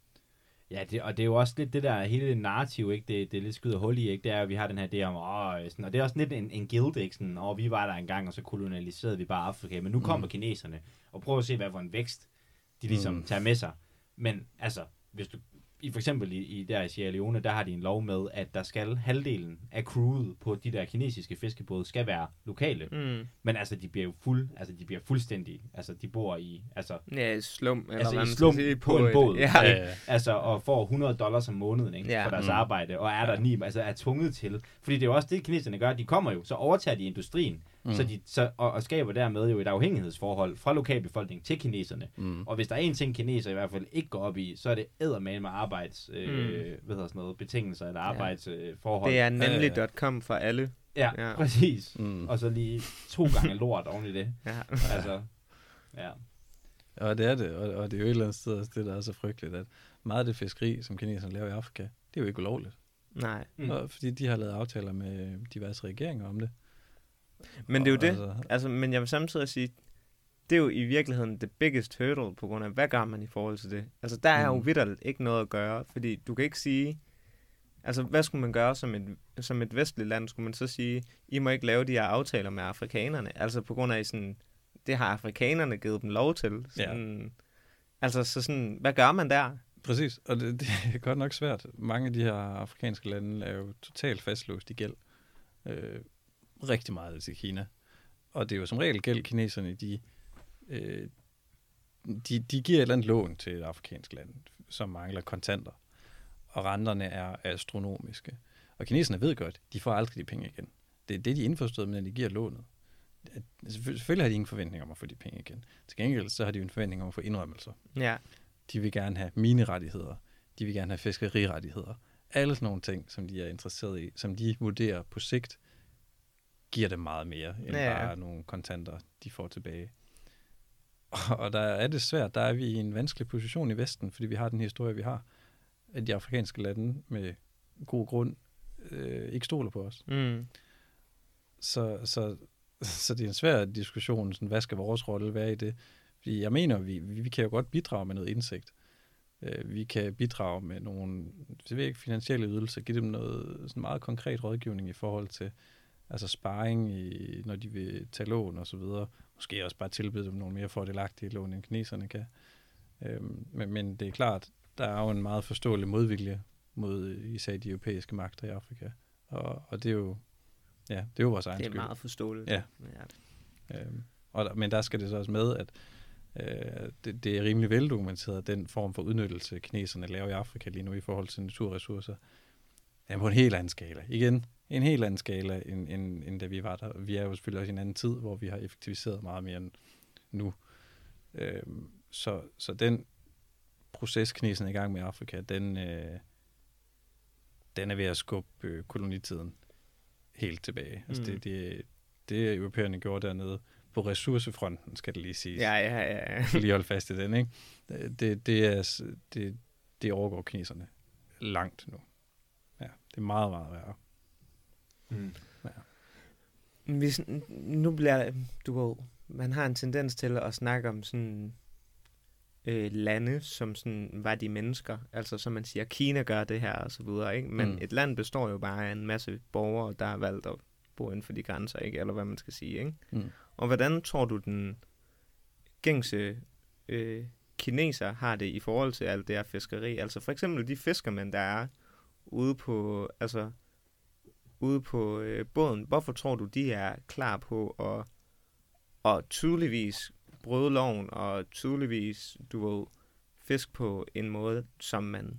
Ja, det, og det er jo også lidt det der hele narrativ, ikke? Det, det er lidt skyder hul i, ikke? Det er, at vi har den her idé om, åh, sådan, og det er også lidt en, en guild, ikke? Sådan, åh, vi var der engang, og så kolonialiserede vi bare Afrika, men nu kommer Mm. kineserne, og prøv at se, hvad for en vækst de ligesom Mm. tager med sig. Men altså, hvis du, i for eksempel i, i der i Sierra Leone, der har de en lov med, at der skal halvdelen af crewet på de der kinesiske fiskebåde skal være lokale. Mm. Men altså, de bliver jo fuld, altså, de bliver fuldstændig, altså, de bor i, altså, Ja, i slum, eller Altså, i hvad man slum skal sige, på en et- båd. Ja. Ja, ja. altså, og får hundrede dollars om måneden, ikke, Ja. for deres Mm. arbejde, og er der ni, altså er tvunget til. Fordi det er jo også det, kineserne gør, de kommer jo, så overtager de industrien, mm. så de, så, og, og skaber dermed jo et afhængighedsforhold fra lokalbefolkningen til kineserne. Mm. Og hvis der er en ting, kineser i hvert fald ikke går op i, så er det eddermame med arbejds, øh, mm. hvad hedder sådan noget, betingelser eller arbejdsforhold. Det er Ja, ja. nemlig punktum com for alle. Ja, Ja. ja, præcis. Mm. Og så lige to gange lort oven i det. Ja. Altså, ja. Og det er det, og, og det er jo et eller andet sted også det, der er så frygteligt, at meget af det fiskeri, som kineserne laver i Afrika, det er jo ikke ulovligt. Nej. Mm. Mm. Og fordi de har lavet aftaler med diverse regeringer om det. Men det er jo Og det. Altså, Altså, men jeg vil samtidig sige, det er jo i virkeligheden det biggest hurdle, på grund af, hvad gør man i forhold til det? Altså, der er jo Mm. vitterligt ikke noget at gøre, fordi du kan ikke sige, altså, hvad skulle man gøre som et, som et vestligt land? Skulle man så sige, I må ikke lave de her aftaler med afrikanerne? Altså, på grund af sådan, det har afrikanerne givet dem lov til. Sådan, ja. Altså, så sådan, hvad gør man der? præcis, og det, det er godt nok svært. Mange af de her afrikanske lande er jo totalt fastlåst i gæld. Øh, rigtig meget til Kina. Og det er jo som regel gæld, kineserne, de, øh, de, de giver et eller andet lån til et afrikansk land, som mangler kontanter. Og renterne er astronomiske. Og kineserne ved godt, de får aldrig de penge igen. Det er det, de er indforstået med, når de giver lånet. At, selvfølgelig har de ingen forventning om at få de penge igen. Til gengæld så har de jo en forventning om at få indrømmelser. Ja. De vil gerne have minerettigheder. De vil gerne have fiskerirettigheder. Alle sådan nogle ting, som de er interesseret i, som de vurderer på sigt, giver dem meget mere, end Ja, ja. bare nogle kontanter, de får tilbage. Og, og der er det svært. Der er vi i en vanskelig position i Vesten, fordi vi har den historie, vi har, at de afrikanske lande med god grund øh, ikke stoler på os. Mm. Så, så, så det er en svær diskussion, sådan, hvad skal vores rolle være i det? Fordi jeg mener, vi, vi kan jo godt bidrage med noget indsigt. Øh, vi kan bidrage med nogle, jeg ved ikke, finansielle ydelser, give dem noget sådan meget konkret rådgivning i forhold til altså sparring, i, når de vil tage lån og så videre. Måske også bare tilbyde dem nogle mere fordelagtige lån, end kineserne kan. Øhm, men, men det er klart, der er jo en meget forståelig modvilje mod især de europæiske magter i Afrika. Og, og det er jo, ja, det er jo vores egen Det er skyld. meget forståeligt. Ja. Ja. Øhm, og der, men der skal det så også med, at øh, det, det er rimelig veldokumenteret, den form for udnyttelse, kineserne laver i Afrika lige nu i forhold til naturressourcer. Ja, på en helt anden skala. Igen, en helt anden skala, end, end, end da vi var der. Vi er jo selvfølgelig også i en anden tid, hvor vi har effektiviseret meget mere end nu. Øhm, så, så den proces, kineserne er i gang med i Afrika, den, øh, den er ved at skubbe øh, kolonitiden helt tilbage. Altså Mm. det, det, det europæerne gjorde dernede, på ressourcefronten, skal det lige siges. Ja, ja, ja. ja. Lige holde fast i den, ikke? Det, det, er, det, det overgår kineserne langt nu. Ja, det er meget, meget værre. Mm. Hvis, nu bliver du ved, man har en tendens til at snakke om sådan øh, lande, som sådan var de mennesker. Altså, som man siger, Kina gør det her, og så videre, ikke? Men Mm. et land består jo bare af en masse borgere, der har valgt at bo inden for de grænser, ikke? Eller hvad man skal sige, ikke? Mm. Og hvordan tror du, den gængse øh, kineser har det i forhold til alt det her fiskeri? Altså for eksempel de fiskermænd, der er ude på, altså, ude på øh, båden, hvorfor tror du, de er klar på at, at tydeligvis bryde loven, og tydeligvis, du ved, fisk på en måde, som man...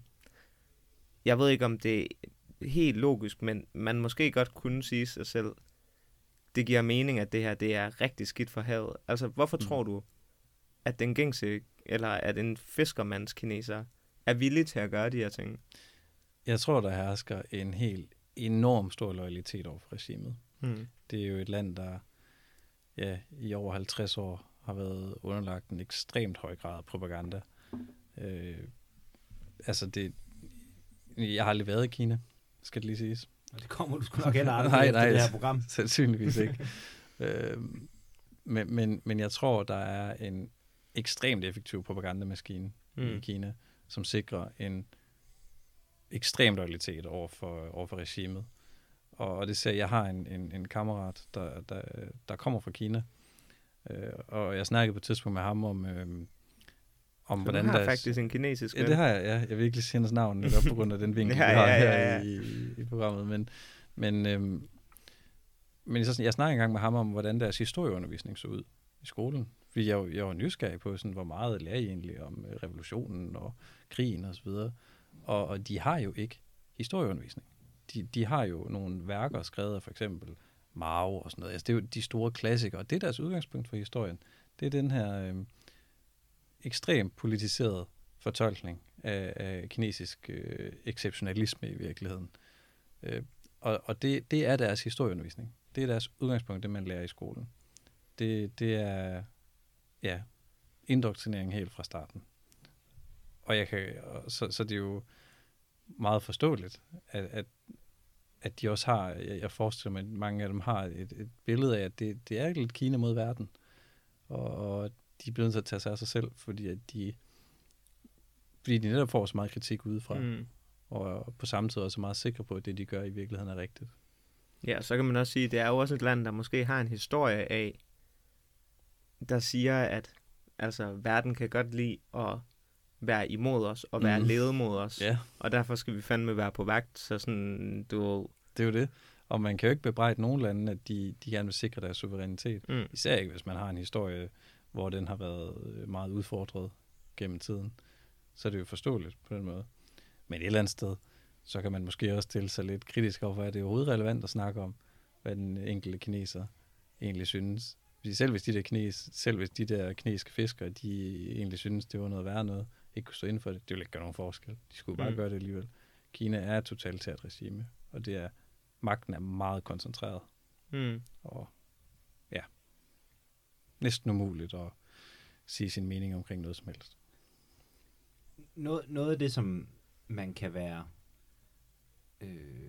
Jeg ved ikke, om det er helt logisk, men man måske godt kunne sige sig selv, det giver mening, at det her det er rigtig skidt for havet. Altså, hvorfor mm. tror du, at den gængse, eller at en fiskermandskineser er villig til at gøre de her ting? Jeg tror, der hersker en helt enorm stor loyalitet over for regimet. Mm. Det er jo et land, der ja, i over halvtreds år har været underlagt en ekstremt høj grad af propaganda. Øh, altså, det... Jeg har aldrig været i Kina, skal det lige siges. Og det kommer du sgu nok heller aldrig nej, efter nej, det her program. Sandsynligvis ikke. øh, men, men, men jeg tror, der er en ekstremt effektiv propagandamaskine mm. i Kina, som sikrer en ekstrem loyalitet over for, over for regimet. Og, og det ser jeg har en, en, en kammerat, der, der, der kommer fra Kina. Øh, og jeg snakkede på et tidspunkt med ham om... Øh, om så hvordan du har der... faktisk en kinesisk... Ja, det har jeg, ja. Jeg vil ikke lige sige hendes navn, netop på grund af den vinkel, ja, vi har ja, ja, ja. her i, i programmet. Men, men, øhm, men så, jeg snakkede engang med ham om, hvordan deres historieundervisning så ud i skolen. Fordi jeg, jeg var nysgerrig på, sådan, hvor meget lærer I egentlig om øh, revolutionen og krigen og så videre. Og, og de har jo ikke historieundervisning. De, de har jo nogle værker skrevet af for eksempel Mao og sådan noget. Altså, det er jo de store klassikere. Og det er deres udgangspunkt for historien. Det er den her... Øh, ekstremt politiseret fortolkning af, af kinesisk øh, exceptionalisme i virkeligheden. Øh, og og det, det er deres historieundervisning. Det er deres udgangspunkt, det man lærer i skolen. Det, det er ja, indoktrinering helt fra starten. Og jeg kan, og så, så det er jo meget forståeligt, at, at, at de også har, jeg, jeg forestiller mig, at mange af dem har et, et billede af, at det, det er lidt Kina mod verden. Og, og de bliver nødt til at tage sig af sig selv, fordi at de, fordi de netop får så meget kritik udefra, mm. og på samme tid også er meget sikre på, at det, de gør i virkeligheden, er rigtigt. Ja, så kan man også sige, at det er jo også et land, der måske har en historie af, der siger, at altså, verden kan godt lide at være imod os, og være mm. ledet mod os, yeah. og derfor skal vi fandme være på vagt, så sådan, du... Det er jo det. Og man kan jo ikke bebrejde nogen lande, at de, de gerne vil sikre deres suverænitet. Mm. Især ikke, hvis man har en historie, hvor den har været meget udfordret gennem tiden. Så er det jo forståeligt på den måde. Men et eller andet sted, så kan man måske også stille sig lidt kritisk over, at det er overhovedet relevant at snakke om, hvad den enkelte kineser egentlig synes. Fordi selv hvis de der, kines, selv hvis de der kinesiske fiskere, de egentlig synes, det var noget værre noget, ikke kunne stå inden for det, det ville ikke gøre nogen forskel. De skulle bare mm. gøre det alligevel. Kina er et totalitært regime, og det er, magten er meget koncentreret. Mm. Og ja, næsten umuligt at sige sin mening omkring noget som helst. Noget, noget af det, som man kan være øh,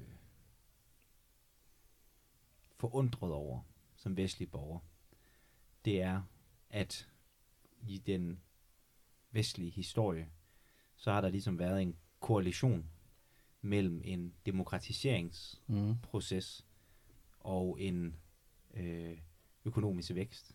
forundret over som vestlig borger, det er, at i den vestlige historie, så har der ligesom været en koalition mellem en demokratiseringsproces mm. og en øh, økonomisk vækst.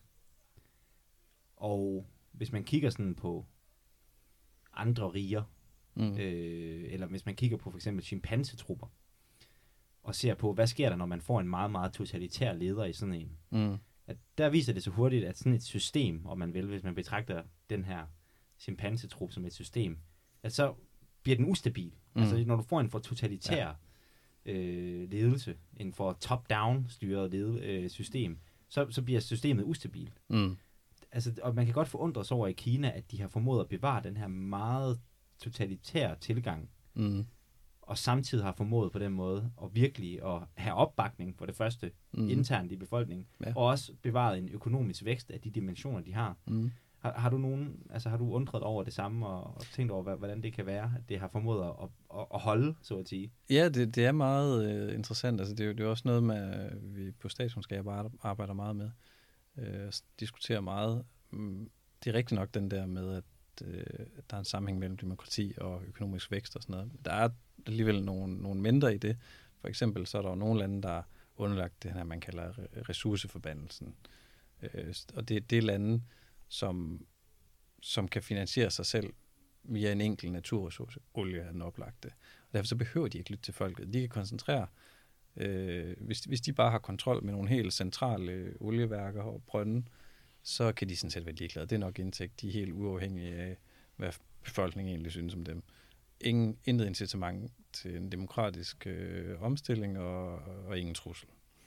Og hvis man kigger sådan på andre riger, mm. øh, eller hvis man kigger på for eksempel chimpansetrupper, og ser på, hvad sker der, når man får en meget, meget totalitær leder i sådan en, mm. at der viser det så hurtigt, at sådan et system, om man vil, hvis man betragter den her chimpansetrup som et system, at så bliver den ustabil. Mm. Altså når du får en for totalitær ja. øh, ledelse, en for top-down styret lede, øh, system, så, så bliver systemet ustabilt. Mm. Altså, og man kan godt forundre sig over i Kina, at de har formået at bevare den her meget totalitære tilgang, mm. og samtidig har formået på den måde at virkelig at have opbakning for det første mm. internt i befolkningen, ja. Og også bevaret en økonomisk vækst af de dimensioner, de har. Mm. Har, har du nogen, altså har du undret over det samme, og, og tænkt over, hvordan det kan være, at det har formået at, at, at holde, så at sige? Ja, det, det er meget uh, interessant. Altså, det, er, det er også noget, med, vi på statskundskab arbejder meget med. Uh, diskuterer meget. Um, det er rigtigt nok den der med, at uh, der er en sammenhæng mellem demokrati og økonomisk vækst og sådan noget. Der er alligevel nogle, nogle mindre i det. For eksempel så er der jo nogle lande, der er underlagt det her, man kalder ressourceforbandelsen. Uh, og det, det er lande, som, som kan finansiere sig selv via en enkelt naturressource. Olie er den oplagte. Og derfor så behøver de ikke lytte til folket. De kan koncentrere Øh, hvis, hvis de bare har kontrol med nogle helt centrale olieværker og brønde, så kan de sådan set være ligeglade. Det er nok indtægt. De er helt uafhængige af, hvad befolkningen egentlig synes om dem. Ingen, intet incitament til en demokratisk øh, omstilling og, og ingen trussel.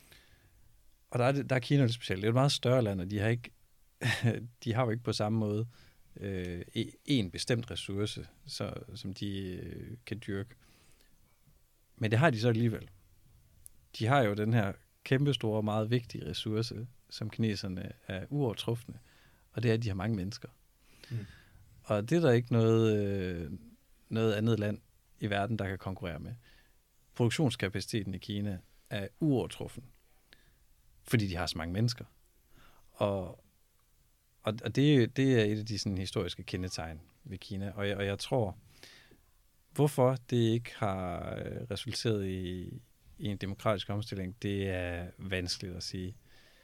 Og der er, der er Kina lidt specielt. Det er et meget større land, og de har, ikke, de har jo ikke på samme måde øh, en bestemt ressource, så, som de øh, kan dyrke. Men det har de så alligevel. De har jo den her kæmpestore og meget vigtige ressource, som kineserne er uovertrufne, og det er, at de har mange mennesker. Mm. Og det er der ikke noget, øh, noget andet land i verden, der kan konkurrere med. Produktionskapaciteten i Kina er uovertruffen, fordi de har så mange mennesker. Og, og, og det, det er et af de sådan, historiske kendetegn ved Kina, og jeg, og jeg tror, hvorfor det ikke har resulteret i, i en demokratisk omstilling, det er vanskeligt at sige.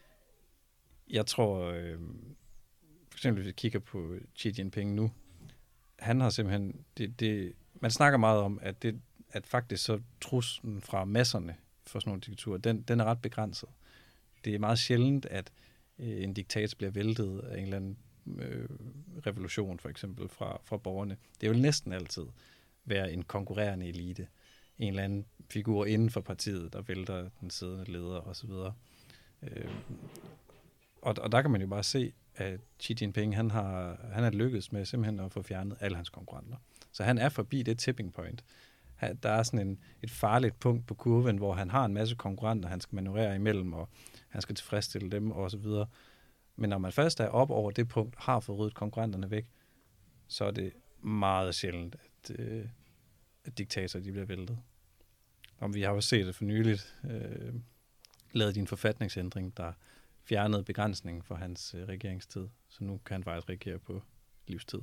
Jeg tror, øh, for eksempel hvis vi kigger på Xi Jinping nu, han har simpelthen, det, det, man snakker meget om, at, det, at faktisk så truslen fra masserne for sådan nogle diktaturer, den, den er ret begrænset. Det er meget sjældent, at øh, en diktator bliver væltet af en eller anden øh, revolution, for eksempel fra, fra borgerne. Det er jo næsten altid være en konkurrerende elite. En eller anden figur inden for partiet, der vælter den siddende leder osv. Øh, og, og der kan man jo bare se, at Xi Jinping, han har, han har lykkedes med simpelthen at få fjernet alle hans konkurrenter. Så han er forbi det tipping point. Der er sådan en, et farligt punkt på kurven, hvor han har en masse konkurrenter, han skal manøvrere imellem, og han skal tilfredsstille dem og så videre. Men når man først er op over det punkt, har fået ryddet konkurrenterne væk, så er det meget sjældent, at, øh, at diktatorer de bliver væltet. Og vi har jo set det for nyligt, øh, lavet en forfatningsændring, der fjernede begrænsningen for hans øh, regeringstid. Så nu kan han faktisk regere på livstid.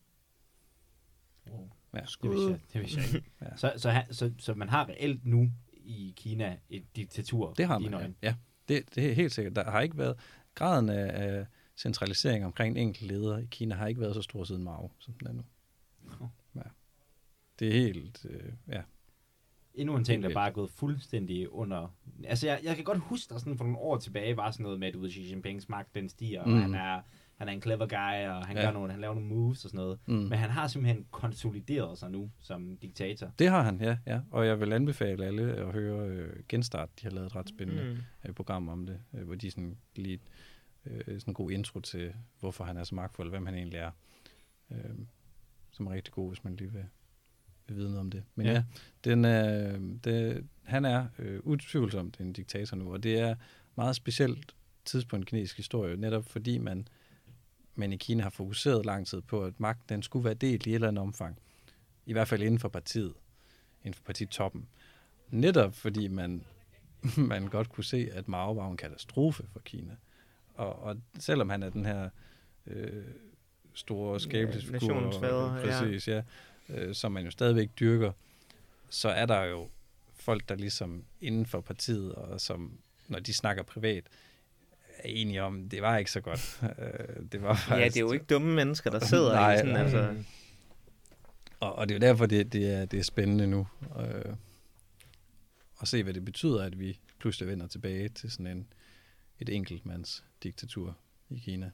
Wow. Ja, det vidste jeg, det vidste jeg ikke. Ja. Så, så, så, så man har reelt nu i Kina et diktatur? Det har man, ja. ja. Det, det er helt sikkert. Der har ikke været, graden af, af centralisering omkring enkelte ledere i Kina har ikke været så stor siden Mao, som den er nu. Ja. Det er helt, øh, ja. Endnu en ting, der bare er gået fuldstændig under... Altså, jeg, jeg kan godt huske, der sådan for nogle år tilbage var sådan noget med, at Xi Jinpings magt, den stiger, mm. og han er, han er en clever guy, og han, ja. gør nogle, han laver nogle moves og sådan noget. Mm. Men han har simpelthen konsolideret sig nu som diktator. Det har han, ja. ja. Og jeg vil anbefale alle at høre øh, Genstart. De har lavet et ret spændende mm. øh, program om det, øh, hvor de sådan lige øh, sådan en god intro til, hvorfor han er så magtfuld, hvem han egentlig er. Øh, som er rigtig god, hvis man lige vil... vide noget om det. Men ja, ja den er, det, han er øh, utvivlsomt en diktator nu, og det er meget specielt tidspunkt i kinesisk historie, netop fordi man, man i Kina har fokuseret lang tid på, at magten den skulle være delt i et eller andet omfang. I hvert fald inden for partiet, inden for partitoppen. Netop fordi man, man godt kunne se, at Mao var en katastrofe for Kina. Og, og selvom han er den her øh, store skabelsesfigur, ja, nationsfader, præcis, ja. ja som man jo stadigvæk dyrker, så er der jo folk, der ligesom inden for partiet, og som, når de snakker privat, er enige om, det var ikke så godt. det var faktisk... Ja, det er jo ikke dumme mennesker, der sidder nej, i sådan, nej. altså... Og, og det er jo derfor, det, det, er, det er spændende nu, øh, at se, hvad det betyder, at vi pludselig vender tilbage til sådan en, et enkeltmands diktatur i Kina.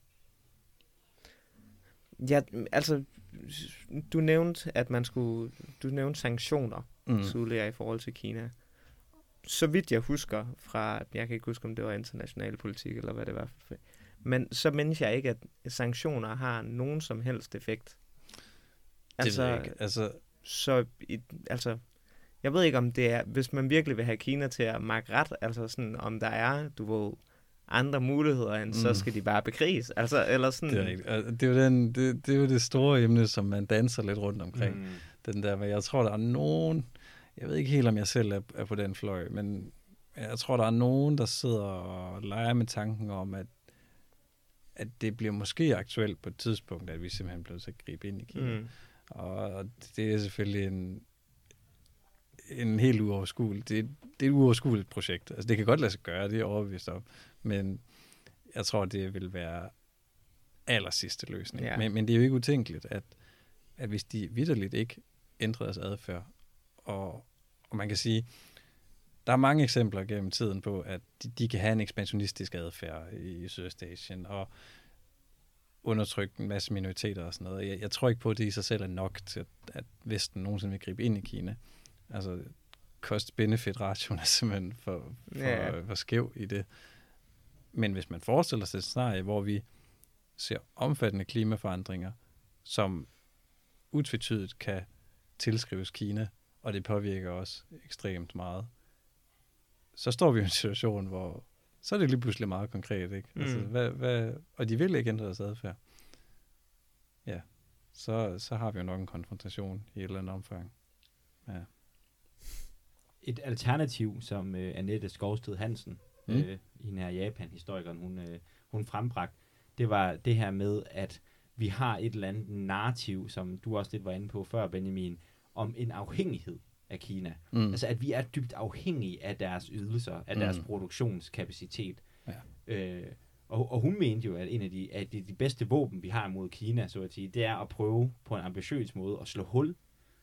Ja, altså, du nævnte, at man skulle, du nævnte sanktioner mm. tidligere i forhold til Kina. Så vidt jeg husker fra, jeg kan ikke huske, om det var international politik, eller hvad det var. Men så mindes jeg ikke, at sanktioner har nogen som helst effekt. Altså, det ved jeg ikke. Altså... Så, altså, jeg ved ikke, om det er, hvis man virkelig vil have Kina til at makke ret, altså sådan, om der er, du ved, andre muligheder, end mm. så skal de bare bekriges. Altså, eller sådan... Det er rigtigt. Det er jo, den, det, det er jo det store emne, som man danser lidt rundt omkring. Mm. Den der, men jeg tror, der er nogen... Jeg ved ikke helt, om jeg selv er, er på den fløj, men jeg tror, der er nogen, der sidder og leger med tanken om, at, at det bliver måske aktuelt på et tidspunkt, at vi simpelthen bliver så gribe ind i Kina. Mm. Og det er selvfølgelig en, en helt uoverskueligt... Det, det er et uoverskueligt projekt. Altså, det kan godt lade sig gøre, det er overbevist om. Men jeg tror, det vil være aller sidste løsning. Ja. Men, men det er jo ikke utænkeligt, at, at hvis de vitterligt ikke ændrer deres adfærd, og, og man kan sige, der er mange eksempler gennem tiden på, at de, de kan have en ekspansionistisk adfærd i Sydøstasien, og undertrykke en masse minoriteter og sådan noget. Jeg, jeg tror ikke på, at det i sig selv er nok til, at, at Vesten nogensinde vil gribe ind i Kina. Altså, cost-benefit-ration er simpelthen for, for, yeah. for skæv i det. Men hvis man forestiller sig et scenarie, hvor vi ser omfattende klimaforandringer, som utvetydigt kan tilskrives Kina, og det påvirker os ekstremt meget, så står vi i en situation, hvor så er det lige pludselig meget konkret, ikke? Mm. Altså, hvad, hvad, og de vil ikke ændre deres adfærd. Ja, så, så har vi jo nok en konfrontation i et eller andet omfang. Ja. Et alternativ, som øh, Annette Skovsted Hansen, mm. øh, hende her Japan-historikeren, hun, øh, hun frembragte, det var det her med, at vi har et eller andet narrativ, som du også lidt var inde på før, Benjamin, om en afhængighed af Kina. Mm. Altså, at vi er dybt afhængige af deres ydelser, af deres mm. produktionskapacitet. Ja. Øh, og, og hun mente jo, at en af de, at de, de bedste våben, vi har mod Kina, så at sige, det er at prøve på en ambitiøs måde at slå hul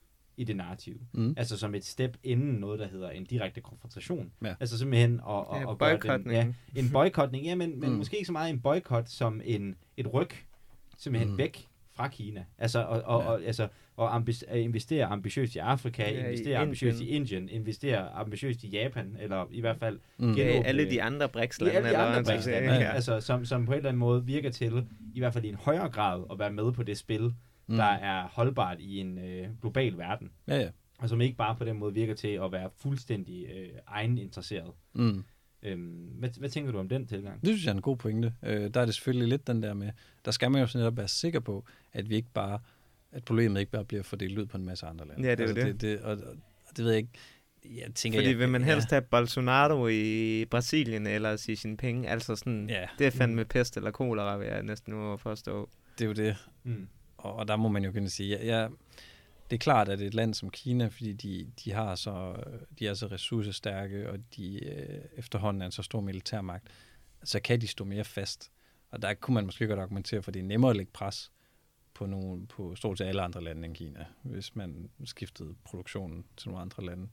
i det narrativ. Mm. Altså som et step inden noget, der hedder en direkte konfrontation. Ja. Altså simpelthen at, at, ja, at gøre den, ja, en boykotning. Ja, men, men mm. måske ikke så meget en boykot som en, et ryg simpelthen mm. væk fra Kina. Altså, og, og, ja. og, altså, og ambis, investere ambitiøst i Afrika, ja, investere i ambitiøst i Indien, investere ambitiøst i Japan, eller i hvert fald mm. ja, alle de andre BRICS-lande. Alle de andre BRICS-lande, ja. Altså, som, som på en eller anden måde virker til, i hvert fald i en højere grad, at være med på det spil, mm. der er holdbart i en øh, global verden. Ja, ja. Og som ikke bare på den måde virker til at være fuldstændig øh, egeninteresseret. Mm. Øhm, hvad, hvad tænker du om den tilgang? Det synes jeg er en god pointe. Øh, der er det selvfølgelig lidt den der med, der skal man jo sådan netop være sikker på, at vi ikke bare, at problemet ikke bare bliver fordelt ud på en masse andre lande. Ja, det er altså, det. det, det og, og det ved jeg ikke. Jeg tænker, Fordi jeg, vil man helst ja. have Bolsonaro i Brasilien, eller Xi Jinping, altså sådan, ja. det er fandme pest eller kolera, vil jeg næsten nu forstå. Det er jo det. Mm. Og, og der må man jo kunne sige, ja, ja, det er klart, at et land som Kina, fordi de, de, har så, de er så ressourcestærke, og de øh, efterhånden er en så stor militærmagt, så kan de stå mere fast. Og der kunne man måske godt argumentere for, at det er nemmere at lægge pres på, nogle, på stort set alle andre lande end Kina, hvis man skiftede produktionen til nogle andre lande.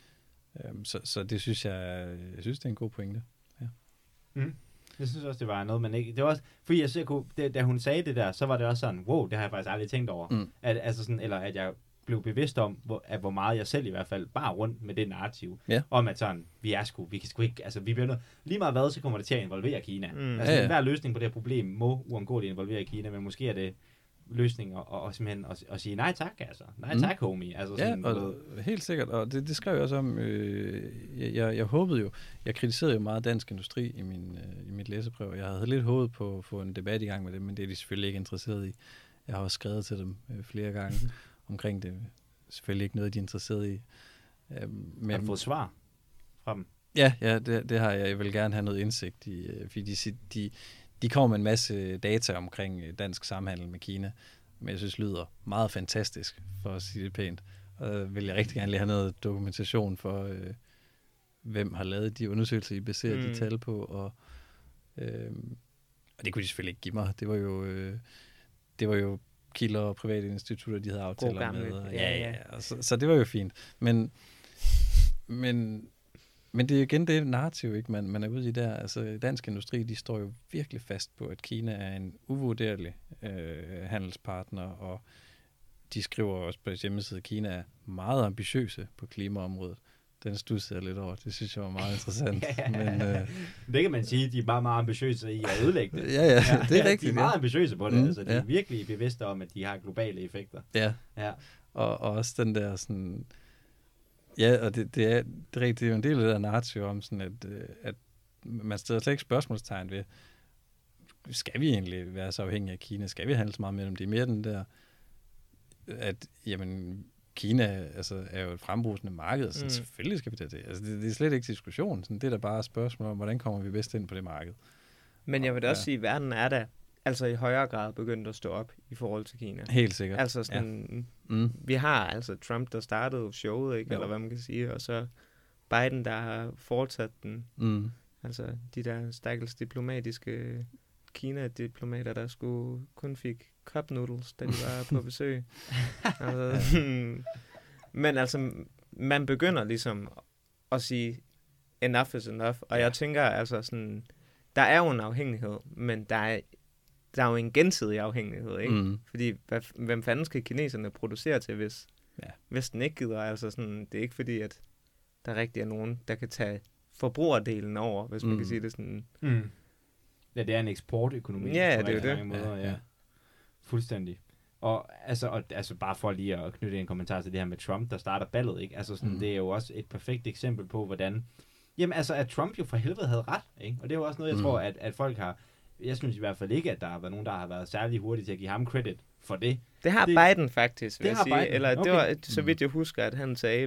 Øhm, så, så det synes jeg, jeg synes, det er en god pointe. Ja. Mm. Jeg synes også, det var noget, man ikke... Det var også, fordi jeg synes, det, da hun sagde det der, så var det også sådan, wow, det har jeg faktisk aldrig tænkt over. Mm. At, altså sådan, eller at jeg blev bevidst om, hvor, at hvor meget jeg selv i hvert fald bare rundt med det narrativ. Ja. Om at sådan, vi er sgu, vi kan sgu ikke, altså vi bliver noget, lige meget hvad, så kommer det til at involvere Kina. Mm. Altså ja, ja. Hver løsning på det her problem må uundgåeligt involvere Kina, men måske er det løsning og, og, og simpelthen at, at sige nej tak, altså. Nej tak, mm. homie. Altså sådan, ja, og helt sikkert, og det, det skrev jeg også om, øh, jeg, jeg, jeg håbede jo, jeg kritiserede jo meget dansk industri i, min, øh, i mit læsebrev, jeg havde lidt håbet på at få en debat i gang med det, men det er de selvfølgelig ikke interesseret i. Jeg har også skrevet til dem øh, flere gange mm. omkring det. Selvfølgelig ikke noget, de er interesseret i. Øh, men, har du fået svar fra dem? Ja, ja det, det har jeg. Jeg vil gerne have noget indsigt i, øh, fordi de, de De kommer med en masse data omkring dansk samhandel med Kina, men jeg synes, lyder meget fantastisk, for at sige det pænt. Og vil jeg rigtig gerne lige have noget dokumentation for, øh, hvem har lavet de undersøgelser, I baserer mm. de tal på. Og, øh, og det kunne de selvfølgelig ikke give mig. Det var jo, øh, det var jo kilder og private institutter, de havde aftaler med. Og, ja, ja. Og så, så det var jo fint. Men... men Men det er igen det narrativ, ikke, man, man er ude i der. Altså, dansk industri, de står jo virkelig fast på, at Kina er en uvurderlig øh, handelspartner, og de skriver også på deres hjemmeside, at Kina er meget ambitiøse på klimaområdet. Den studsede jeg lidt over. Det synes jeg var meget interessant. ja, Men, øh, det kan man sige, de er bare meget ambitiøse i at ødelægge det. ja, ja, ja, det er rigtigt. De er meget ambitiøse på det. Mm, altså, de ja. er virkelig bevidste om, at de har globale effekter. Ja, ja. Og, og også den der sådan... Ja, og det, det, er, det, er, det er jo en del af det der narrativ om, sådan at, at man stiller slet ikke spørgsmålstegn ved, skal vi egentlig være så afhængige af Kina? Skal vi handle så meget med dem? Det er mere den der, at jamen, Kina altså, er jo et frembrusende marked, så mm. selvfølgelig skal vi da det. Altså, det. Det er slet ikke diskussion. Sådan, det er da bare et spørgsmål om, hvordan kommer vi bedst ind på det marked. Men jeg vil da også ja. sige, at verden er da altså i højere grad begyndt at stå op i forhold til Kina. Helt sikkert. Altså sådan, ja. mm. vi har altså Trump, der startede showet, ikke? Eller hvad man kan sige, og så Biden, der har fortsat den. Mm. Altså de der stakkels diplomatiske Kina-diplomater, der skulle kun fik cup noodles, da de var på besøg. altså, men altså, man begynder ligesom at sige, enough is enough. Og Ja. jeg tænker altså sådan, der er jo en afhængighed, men der er, der er jo en gensidig afhængighed, ikke? Mm. Fordi, hvad, hvem fanden skal kineserne producere til, hvis, Ja. hvis den ikke gider? Altså sådan, det er ikke fordi, at der rigtig er nogen, der kan tage forbrugerdelen over, hvis man Mm. kan sige det sådan. Mm. Ja, det er en eksportøkonomi. Ja, på det er jo rigtig det. mange Måder, ja, Ja, ja. ja. Fuldstændig. Og altså, og, altså bare for lige at knytte en kommentar til det her med Trump, der starter ballet, ikke? Altså sådan, Mm. det er jo også et perfekt eksempel på, hvordan, jamen altså, at Trump jo for helvede havde ret, ikke? Og det er jo også noget, jeg Mm. tror, at, at folk har, jeg synes i hvert fald ikke, at der har været nogen, der har været særlig hurtige til at give ham credit for det. Det har Det- det, Biden faktisk, vil det jeg har sige. Biden, Eller okay. det var, så vidt jeg husker, at han sagde,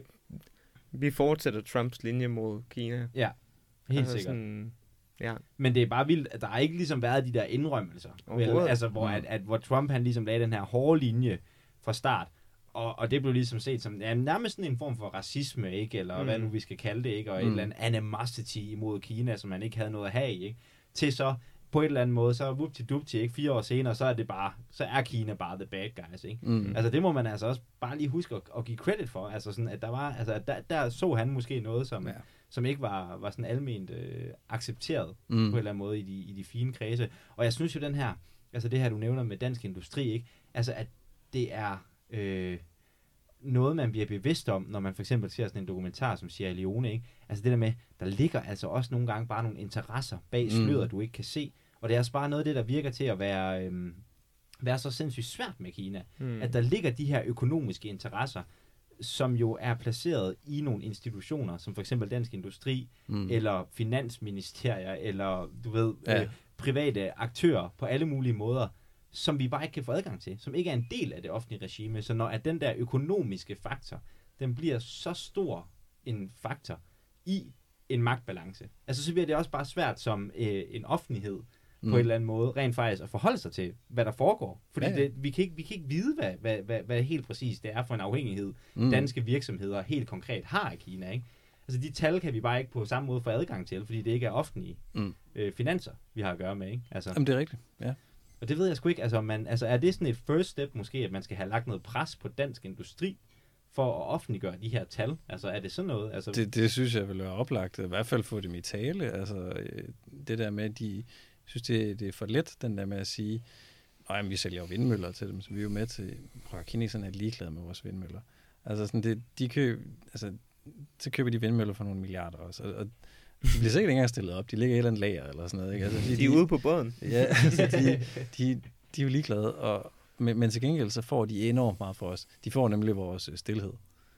vi fortsætter Trumps linje mod Kina. Ja, helt altså sikkert. Sådan, ja. Men det er bare vildt, at der har ikke ligesom været de der indrømmelser. Vel? Overhovedet. Altså, hvor, Mm. at, at, hvor Trump han ligesom lagde den her hårde linje fra start. Og, og det blev ligesom set som ja, nærmest sådan en form for racisme, ikke? Eller mm. hvad nu vi skal kalde det, ikke? Og mm. et Mm. eller andet animosity imod Kina, som man ikke havde noget at have i, ikke? Til så på et eller andet måde, så whoop til dup til, ikke? Fire år senere, så er det bare, så er Kina bare the bad guys, ikke? Mm. Altså det må man altså også bare lige huske at, at give credit for. Altså sådan, at der var, altså at der, der så han måske noget, som, Ja. som ikke var, var sådan alment øh, accepteret Mm. på en eller anden måde i de, i de fine kredse. Og jeg synes jo den her, altså det her du nævner med dansk industri, ikke? Altså at det er øh, noget, man bliver bevidst om, når man for eksempel ser sådan en dokumentar som Sierra Leone, ikke? Altså det der med, der ligger altså også nogle gange bare nogle interesser bag sløret, mm. du ikke kan se. Og det er altså bare noget af det, der virker til at være, øh, være så sindssygt svært med Kina. Hmm. At der ligger de her økonomiske interesser, som jo er placeret i nogle institutioner, som for eksempel Dansk Industri, Mm. eller finansministerier, eller du ved, Ja. øh, private aktører på alle mulige måder, som vi bare ikke kan få adgang til, som ikke er en del af det offentlige regime. Så når at den der økonomiske faktor, den bliver så stor en faktor i en magtbalance, altså så bliver det også bare svært som øh, en offentlighed, Mm. på en eller anden måde, rent faktisk at forholde sig til, hvad der foregår. Fordi Ja, ja. det, vi, kan ikke, vi kan ikke vide, hvad, hvad, hvad, hvad helt præcis det er for en afhængighed, Mm. danske virksomheder helt konkret har af Kina, ikke? Altså de tal kan vi bare ikke på samme måde få adgang til, fordi det ikke er offentlige Mm. øh, finanser, vi har at gøre med, ikke? Altså, Jamen, det er rigtigt, ja. og det ved jeg sgu ikke, altså, om man, altså er det sådan et first step måske, at man skal have lagt noget pres på dansk industri, for at offentliggøre de her tal? Altså er det sådan noget? Altså, Det, det synes jeg vil være oplagt, i hvert fald få dem i tale. Altså øh, det der med, at de synes, det, det er for let, den der med at sige, nej, vi sælger jo vindmøller til dem, så vi er jo med til, prøv at kineserne er ligeglade med vores vindmøller. Altså sådan, det, de køb, altså, så køber de vindmøller for nogle milliarder også, og, og de bliver sikkert ikke engang stillet op, de ligger i et eller andet lager eller sådan noget, ikke? Altså, De er ude på båden. Ja, altså, de, de, de er jo ligeglade, og, men, men til gengæld så får de enormt meget for os. De får nemlig vores øh, stillhed.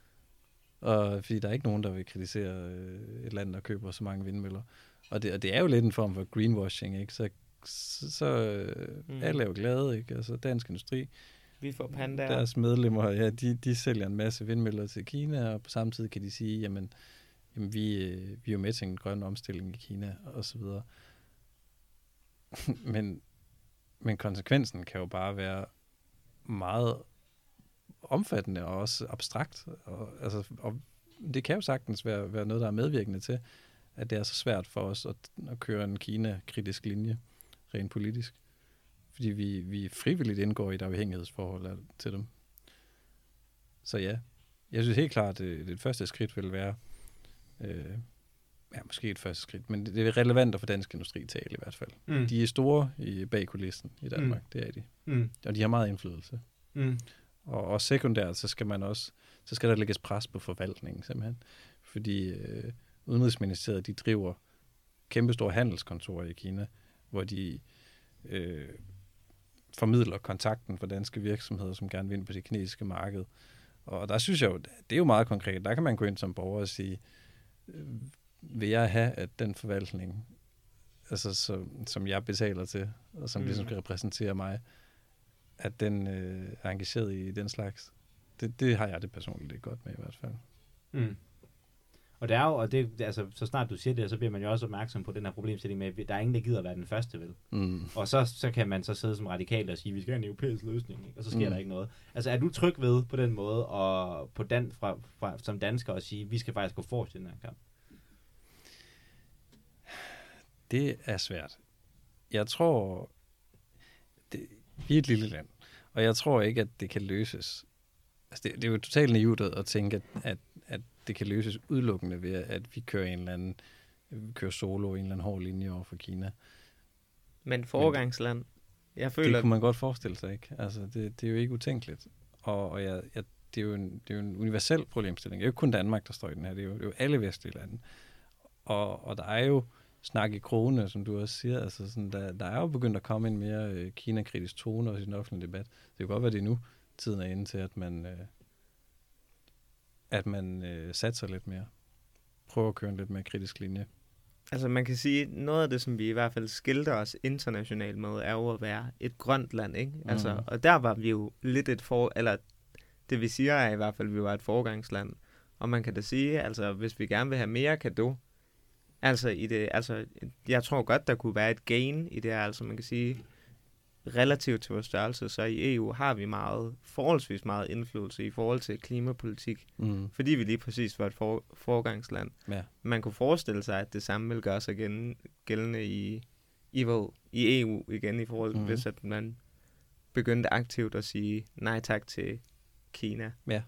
Og fordi der er ikke nogen, der vil kritisere øh, et land, der køber så mange vindmøller. Og det, og det er jo lidt en form for greenwashing, ikke? Så, så, så øh, Mm. alle er jo glade, ikke? Altså Dansk Industri, Vi får pandaer. deres medlemmer, ja, de, de sælger en masse vindmøller til Kina, og på samme tid kan de sige, jamen, jamen vi, øh, vi er jo med til en grøn omstilling i Kina, og så videre. men, men konsekvensen kan jo bare være meget omfattende og også abstrakt. Og, altså, og det kan jo sagtens være, være noget, der er medvirkende til, at det er så svært for os at, at køre en Kina-kritisk linje, rent politisk. Fordi vi, vi frivilligt indgår i et afhængighedsforhold til dem. Så ja, jeg synes helt klart, at det, det første skridt vil være, øh, ja, måske et første skridt, men det, det er relevant at få dansk industri tale i hvert fald. mm, De er store i bag kulissen i Danmark, mm. det er de. mm, Og de har meget indflydelse. mm, Og, og sekundært, så skal man også, så skal der lægges pres på forvaltningen simpelthen. Fordi øh, Udenrigsministeriet, de driver kæmpestore handelskontorer i Kina, hvor de øh, formidler kontakten for danske virksomheder, som gerne vil ind på det kinesiske marked. Og der synes jeg jo, det er jo meget konkret. Der kan man gå ind som borger og sige, øh, vil jeg have, at den forvaltning, altså, som, som jeg betaler til, og som mm. ligesom skal repræsentere mig, at den øh, er engageret i den slags. Det, det har jeg det personligt ikke godt med i hvert fald. mm. Og det er jo, og det, altså, så snart du siger det, så bliver man jo også opmærksom på den her problemstilling med, at der er ingen, der gider at være den første, vel? Mm. Og så, så kan man så sidde som radikal og sige, vi skal have en europæisk løsning, ikke? Og så sker Mm. der ikke noget. Altså er du tryg ved på den måde, og på dan, fra, fra, som dansker at sige, vi skal faktisk gå forrest i den her kamp? Det er svært. Jeg tror, det, vi er et lille land, og jeg tror ikke, at det kan løses. Altså det, det er jo totalt naivt at tænke, at, at, at det kan løses udelukkende ved, at vi kører en eller anden køre solo i en eller anden hård linje over for Kina. Men foregangsland, jeg føler... Det kunne man godt forestille sig, ikke? Altså, det, det er jo ikke utænkeligt. Og, og jeg, jeg, det, er jo en, det er jo en universel problemstilling. Det er jo ikke kun Danmark, der står i den her. Det er jo, det er jo alle vestlige lande. Og, og der er jo snak i krone, som du også siger. Altså, sådan, der, der er jo begyndt at komme en mere øh, Kina-kritisk tone også i den offentlige debat. Det kan godt være, det er nu, tiden er inde til, at man, øh, at man øh, satser lidt mere. Prøver at køre en lidt mere kritisk linje. Altså man kan sige, noget af det, som vi i hvert fald skilter os internationalt med, er jo at være et grønt land, ikke? Mm. Altså, og der var vi jo lidt et for... Eller det vi siger er i hvert fald, at vi var et foregangsland. Og man kan da sige, altså hvis vi gerne vil have mere cadeau, altså i det... Altså, jeg tror godt, der kunne være et gain i det her, altså man kan sige... relativt til vores størrelse, så i E U har vi meget, forholdsvis meget indflydelse i forhold til klimapolitik, mm. fordi vi lige præcis var et for, foregangsland. Ja. Man kunne forestille sig, at det samme vil gøre sig igen, gældende i, i, i E U igen, i forhold til, mm. hvis at man begyndte aktivt at sige nej tak til Kina. Ja.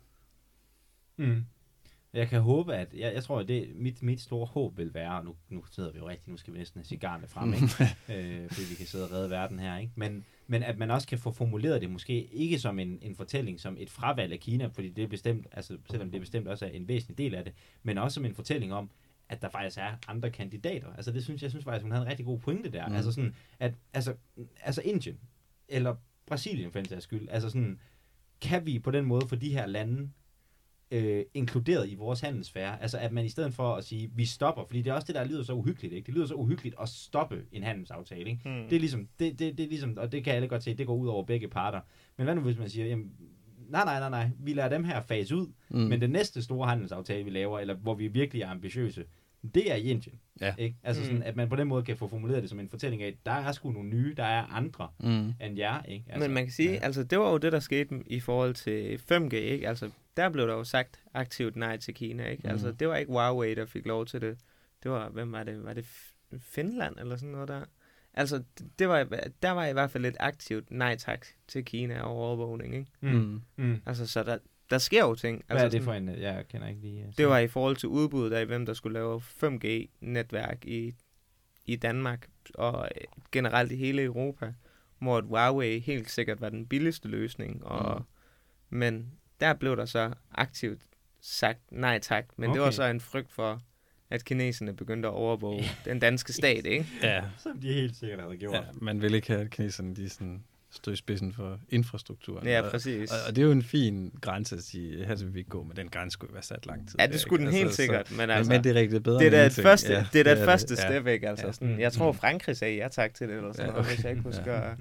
Mm. Jeg kan håbe, at... Jeg, jeg tror, at det, mit, mit store håb vil være... Nu, nu sidder vi jo rigtigt, nu skal vi næsten have cigarerne frem, ikke? øh, fordi vi kan sidde og redde verden her, ikke? Men, men at man også kan få formuleret det måske ikke som en, en fortælling, som et fravalg af Kina, fordi det er bestemt, altså selvom det bestemt også er en væsentlig del af det, men også som en fortælling om, at der faktisk er andre kandidater. Altså det synes jeg synes faktisk, hun havde en rigtig god pointe der. Mm. Altså sådan, at altså, altså Indien, eller Brasilien for en sags skyld, altså sådan, kan vi på den måde for de her lande Øh, inkluderet i vores handelssfære. Altså at man i stedet for at sige, vi stopper, fordi det er også det, der lyder så uhyggeligt, ikke? Det lyder så uhyggeligt at stoppe en handelsaftale, ikke? Hmm. Det er ligesom, det, det, det er ligesom, og det kan alle godt se, det går ud over begge parter. Men hvad nu hvis man siger, jamen, nej, nej, nej, nej, vi lader dem her fase ud, mm. men den næste store handelsaftale, vi laver, eller hvor vi virkelig er ambitiøse, det er i Indien. Ja. Ikke? Altså mm. sådan, at man på den måde kan få formuleret det som en fortælling af, der er sgu nogle nye, der er andre mm. end jer, ikke? Altså, men man kan sige, ja. altså det var jo det, der skete i forhold til fem G, ikke? Altså der blev der jo sagt aktivt nej til Kina, ikke? Mm. Altså det var ikke Huawei, der fik lov til det. Det var, hvem var det? Var det Finland eller sådan noget der? Altså det var, der var i hvert fald et aktivt nej tak til Kina og overvågning, ikke? Mm. Mm. Altså så der Der sker jo ting. Hvad altså, er det for en, jeg kender ikke lige. Det var i forhold til udbuddet af, hvem der skulle lave fem G-netværk i, i Danmark og generelt i hele Europa, hvor Huawei helt sikkert var den billigste løsning. Og, mm. Men der blev der så aktivt sagt nej tak, men okay. det var så en frygt for, at kineserne begyndte at overvåge den danske stat, ikke? Ja. Som de helt sikkert havde gjort. Ja, man vil ikke have, at kineserne de sådan stå i spidsen for infrastrukturen. Ja, præcis. Og, og det er jo en fin grænse at sige, her vil vi ikke gå, men den grænse skulle være sat lang tid. Ja, det skulle den helt altså, sikkert, men altså... Men det er rigtig bedre. Det er da et første, ja, det er det, et første det. step, ikke? Altså, ja. sådan, jeg tror, Frankrig sagde ja tak til det, eller sådan ja, okay. noget, hvis jeg ikke husker. Ja,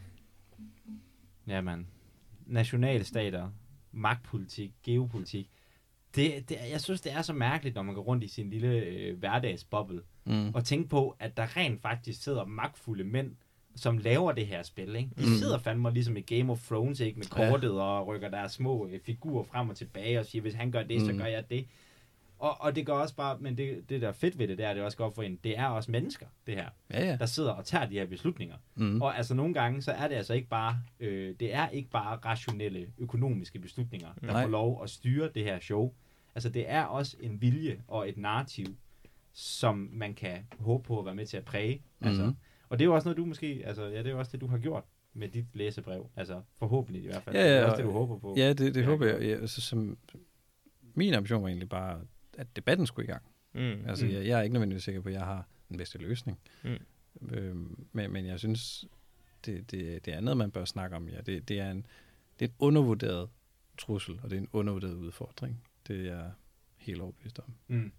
ja man. Nationalstater, magtpolitik, geopolitik. Det, det, jeg synes, det er så mærkeligt, når man går rundt i sin lille øh, hverdagsboble, mm. og tænke på, at der rent faktisk sidder magtfulde mænd, som laver det her spil, ikke? De mm. sidder fandme ligesom i Game of Thrones, ikke? Med kortet ja. og rykker deres små øh, figurer frem og tilbage og siger, hvis han gør det, mm. så gør jeg det. Og, og det går også bare, men det, det der er fedt ved det der, det er også godt for en, det er også mennesker, det her, ja, ja. der sidder og tager de her beslutninger. Mm. Og altså nogle gange, så er det altså ikke bare, øh, det er ikke bare rationelle økonomiske beslutninger, der Nej. får lov at styre det her show. Altså det er også en vilje og et narrativ, som man kan håbe på at være med til at præge. Mm. Altså, og det er jo også noget, du måske, altså ja, det er jo også det, du har gjort med dit læsebrev. Altså forhåbentlig i hvert fald. Ja, ja, det er også det, du håber på. Ja, det, det håber jeg. Ja, altså, som, min ambition var egentlig bare, at debatten skulle i gang. Mm. Altså mm. Jeg, jeg er ikke nødvendigvis sikker på, at jeg har den bedste løsning. Mm. Øhm, men, men jeg synes, det, det, det er noget, man bør snakke om. Ja. Det, det, er en, det er en undervurderet trussel, og det er en undervurderet udfordring. Det er jeg helt overbevist om. Mm.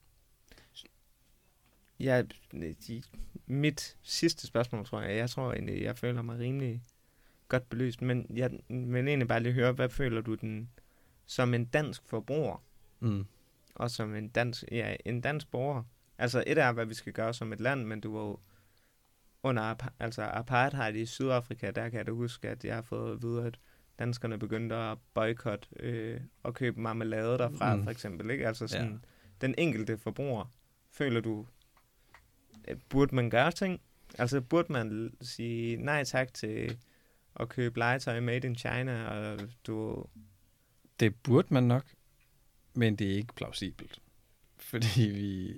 Ja, mit sidste spørgsmål, tror jeg, jeg tror egentlig, jeg føler mig rimelig godt belyst, men jeg vil egentlig bare lige høre, hvad føler du den som en dansk forbruger, mm. og som en dansk, ja, en dansk borger? Altså et er, hvad vi skal gøre som et land, men du var jo under altså apartheid i Sydafrika, der kan jeg da huske, at jeg har fået at vide, at danskerne begyndte at boykotte øh, og købe marmelade derfra, mm. for eksempel, ikke? Altså sådan, ja. Den enkelte forbruger, føler du, burde man gøre ting? Altså burde man sige nej tak til at købe legetøj made in China? Og du... Det burde man nok, men det er ikke plausibelt. Fordi vi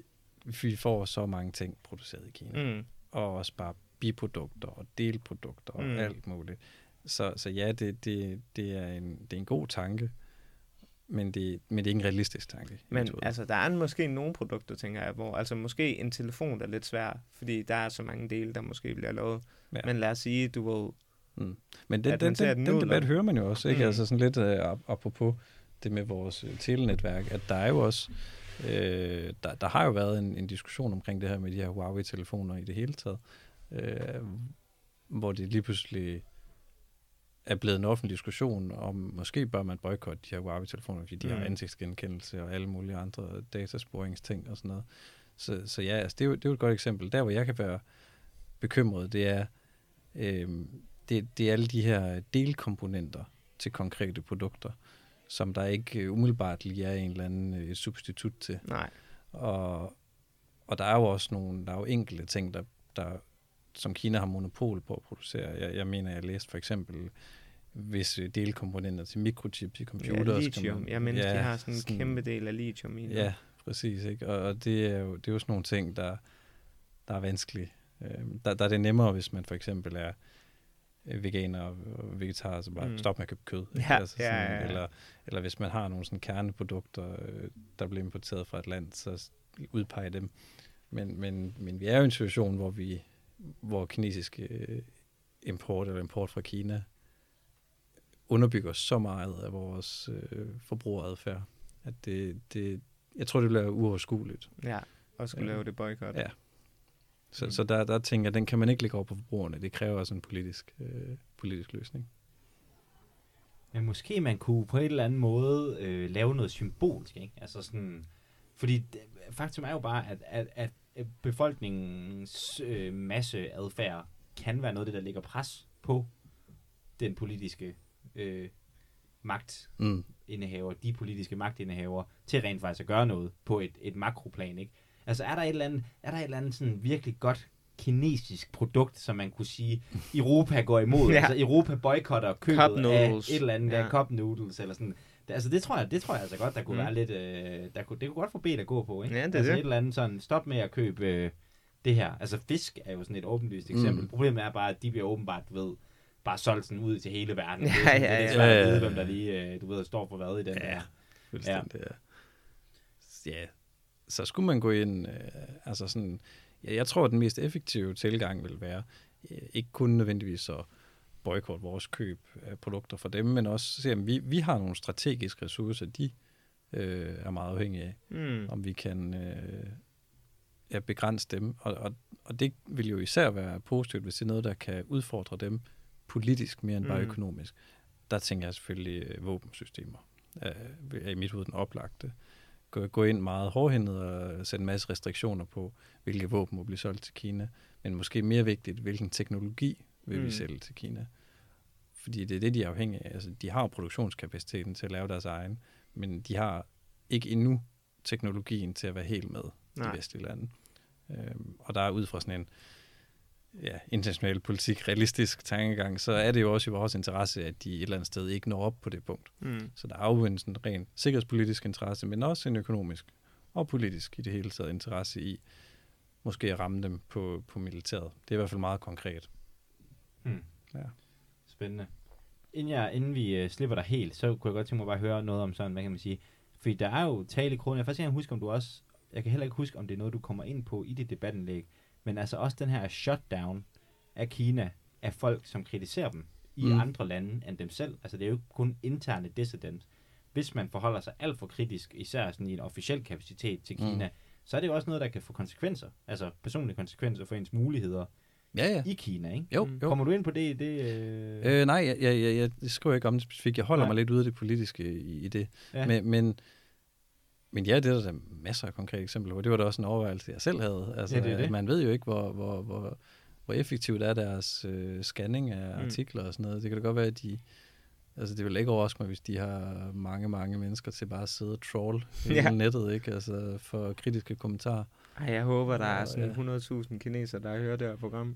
vi får så mange ting produceret i Kina. Mm. Og også bare biprodukter og delprodukter og Mm. alt muligt. Så, så ja, det, det, det, er en, det er en god tanke, men det, men det er ikke en realistisk tanke. Men altså, der er måske nogle produkter, tænker jeg, hvor altså måske en telefon der er lidt svær, fordi der er så mange dele, der måske bliver lavet. Ja. Men lad os sige, du vil... Mm. Men den, at den, man ser den, den den ud, debat eller? hører man jo også, ikke? Mm. Altså sådan lidt uh, apropos det med vores uh, telenetværk, at der er jo også, øh, der, der har jo været en, en diskussion omkring det her med de her Huawei-telefoner i det hele taget, øh, hvor det lige pludselig er blevet en offentlig diskussion om, måske bør man boykotte de her Huawei-telefoner, fordi de mm. har ansigtsgenkendelse og alle mulige andre datasporingsting og sådan noget. Så, så ja, altså, det, er jo, det er jo et godt eksempel. Der, hvor jeg kan være bekymret, det er, øh, det, det er alle de her delkomponenter til konkrete produkter, som der ikke uh, umiddelbart lige er en eller anden uh, substitut til. Nej. Og, og der er jo også nogle, der er jo enkelte ting, der, der som Kina har monopol på at producere. Jeg, jeg mener, jeg læste for eksempel hvis delkomponenter til mikrochips i computer. Ja, lithium. Jeg mener, ja, de har sådan en sådan, kæmpe del af lithium i. Ja, præcis. Ikke? Og, og det, er jo, det er jo sådan nogle ting, der, der er vanskelige. Øhm, der, der er det nemmere, hvis man for eksempel er veganer og vegetar, så bare mm. stop med at købe kød. Ja, altså sådan, ja, ja, ja. Eller, eller hvis man har nogle sådan kerneprodukter, øh, der bliver importeret fra et land, så udpege dem. Men, men, men vi er jo i en situation, hvor vi hvor kinesisk øh, import eller import fra Kina underbygger så meget af vores øh, forbrugeradfærd, at det, det, jeg tror, det bliver uoverskueligt. Ja, og skulle ja. lave det boykot. Ja. Så, mm. så der, der tænker jeg, den kan man ikke lægge over på forbrugerne. Det kræver også en politisk, øh, politisk løsning. Men måske man kunne på en eller anden måde øh, lave noget symbolsk, ikke? Altså sådan, fordi det, faktum er jo bare, at, at, at befolkningens øh, masseadfærd kan være noget af det, der lægger pres på den politiske øh, magtindehaver, mm. de politiske magtindehaver, til rent faktisk at gøre noget på et, et makroplan, ikke? Altså er der et eller andet, er der et eller andet sådan virkelig godt kinesisk produkt, som man kunne sige, Europa går imod, ja. Altså Europa boykotter købet af et eller andet, ja. Cup noodles, eller sådan. Det, altså det tror jeg, det tror jeg altså godt, der kunne mm. være lidt, øh, der kunne, det kunne godt få ben at gå på, ikke? Ja, det altså det. et eller andet sådan, stop med at købe øh, det her. Altså fisk er jo sådan et åbenlyst eksempel. Mm. Problemet er bare, at de bliver åbenbart, du ved, bare solgt sådan ud til hele verden. Ja, det er, sådan, ja, ja. Det er svært at vide, hvem der lige, øh, du ved, står for hvad i den ja, der. Fuldstændig, ja. Ja, så skulle man gå ind, øh, altså sådan, ja, jeg tror, at den mest effektive tilgang vil være, øh, ikke kun nødvendigvis at boykotte vores køb af produkter fra dem, men også se, om vi, vi har nogle strategiske ressourcer, de øh, er meget afhængige af, mm. om vi kan øh, ja, begrænse dem. Og, og, og det vil jo især være positivt, hvis det er noget, der kan udfordre dem politisk mere end bare mm. økonomisk. Der tænker jeg selvfølgelig øh, våbensystemer. Er, er i mit hoved den oplagte. Gå, gå ind meget hårdhændet og sætte en masse restriktioner på, hvilke våben må blive solgt til Kina. Men måske mere vigtigt, hvilken teknologi vil mm. vi sælge til Kina. Fordi det er det, de er afhængige af. Altså, de har produktionskapaciteten til at lave deres egen, men de har ikke endnu teknologien til at være helt med Nej. de vestlige lande. Øhm, og der er ud fra sådan en ja, international politik, realistisk tankegang, så er det jo også i vores interesse, at de et eller andet sted ikke når op på det punkt. Mm. Så der er jo en sådan ren sikkerhedspolitisk interesse, men også en økonomisk og politisk i det hele taget interesse i måske at ramme dem på, på militæret. Det er i hvert fald meget konkret. Hmm. Ja. Spændende. Inden, jeg, inden vi uh, slipper dig helt, så kunne jeg godt tænke mig bare høre noget om sådan, hvad kan man sige, fordi der er jo tale i kronen. Jeg kan faktisk ikke huske, om du også, jeg kan heller ikke huske, om det er noget, du kommer ind på i dit debatindlæg, men altså også den her shutdown af Kina, af folk, som kritiserer dem i mm. andre lande end dem selv. Altså det er jo ikke kun interne dissidents. Hvis man forholder sig alt for kritisk, især sådan i en officiel kapacitet til Kina, mm. så er det jo også noget, der kan få konsekvenser. Altså personlige konsekvenser for ens muligheder ja, ja. i Kina, ikke? Jo, jo. Kommer du ind på det? det øh... Øh, nej, jeg, jeg, jeg, jeg skriver ikke om det specifikt. Jeg holder nej. mig lidt ude af det politiske i, i det. Ja. Men, men, men ja, det er der masser af konkrete eksempler på. Det var da også en overvejelse, jeg selv havde. Altså, ja, det er det. Man ved jo ikke, hvor, hvor, hvor, hvor effektivt er deres øh, scanning af mm. artikler og sådan noget. Det kan da godt være, at de... Altså, det vil ikke overraske mig, hvis de har mange, mange mennesker til bare at sidde og troll i ja. nettet, ikke? Altså, for kritiske kommentarer. Ej, jeg håber, der er sådan ja. hundrede tusind kinesere, der hører det her program.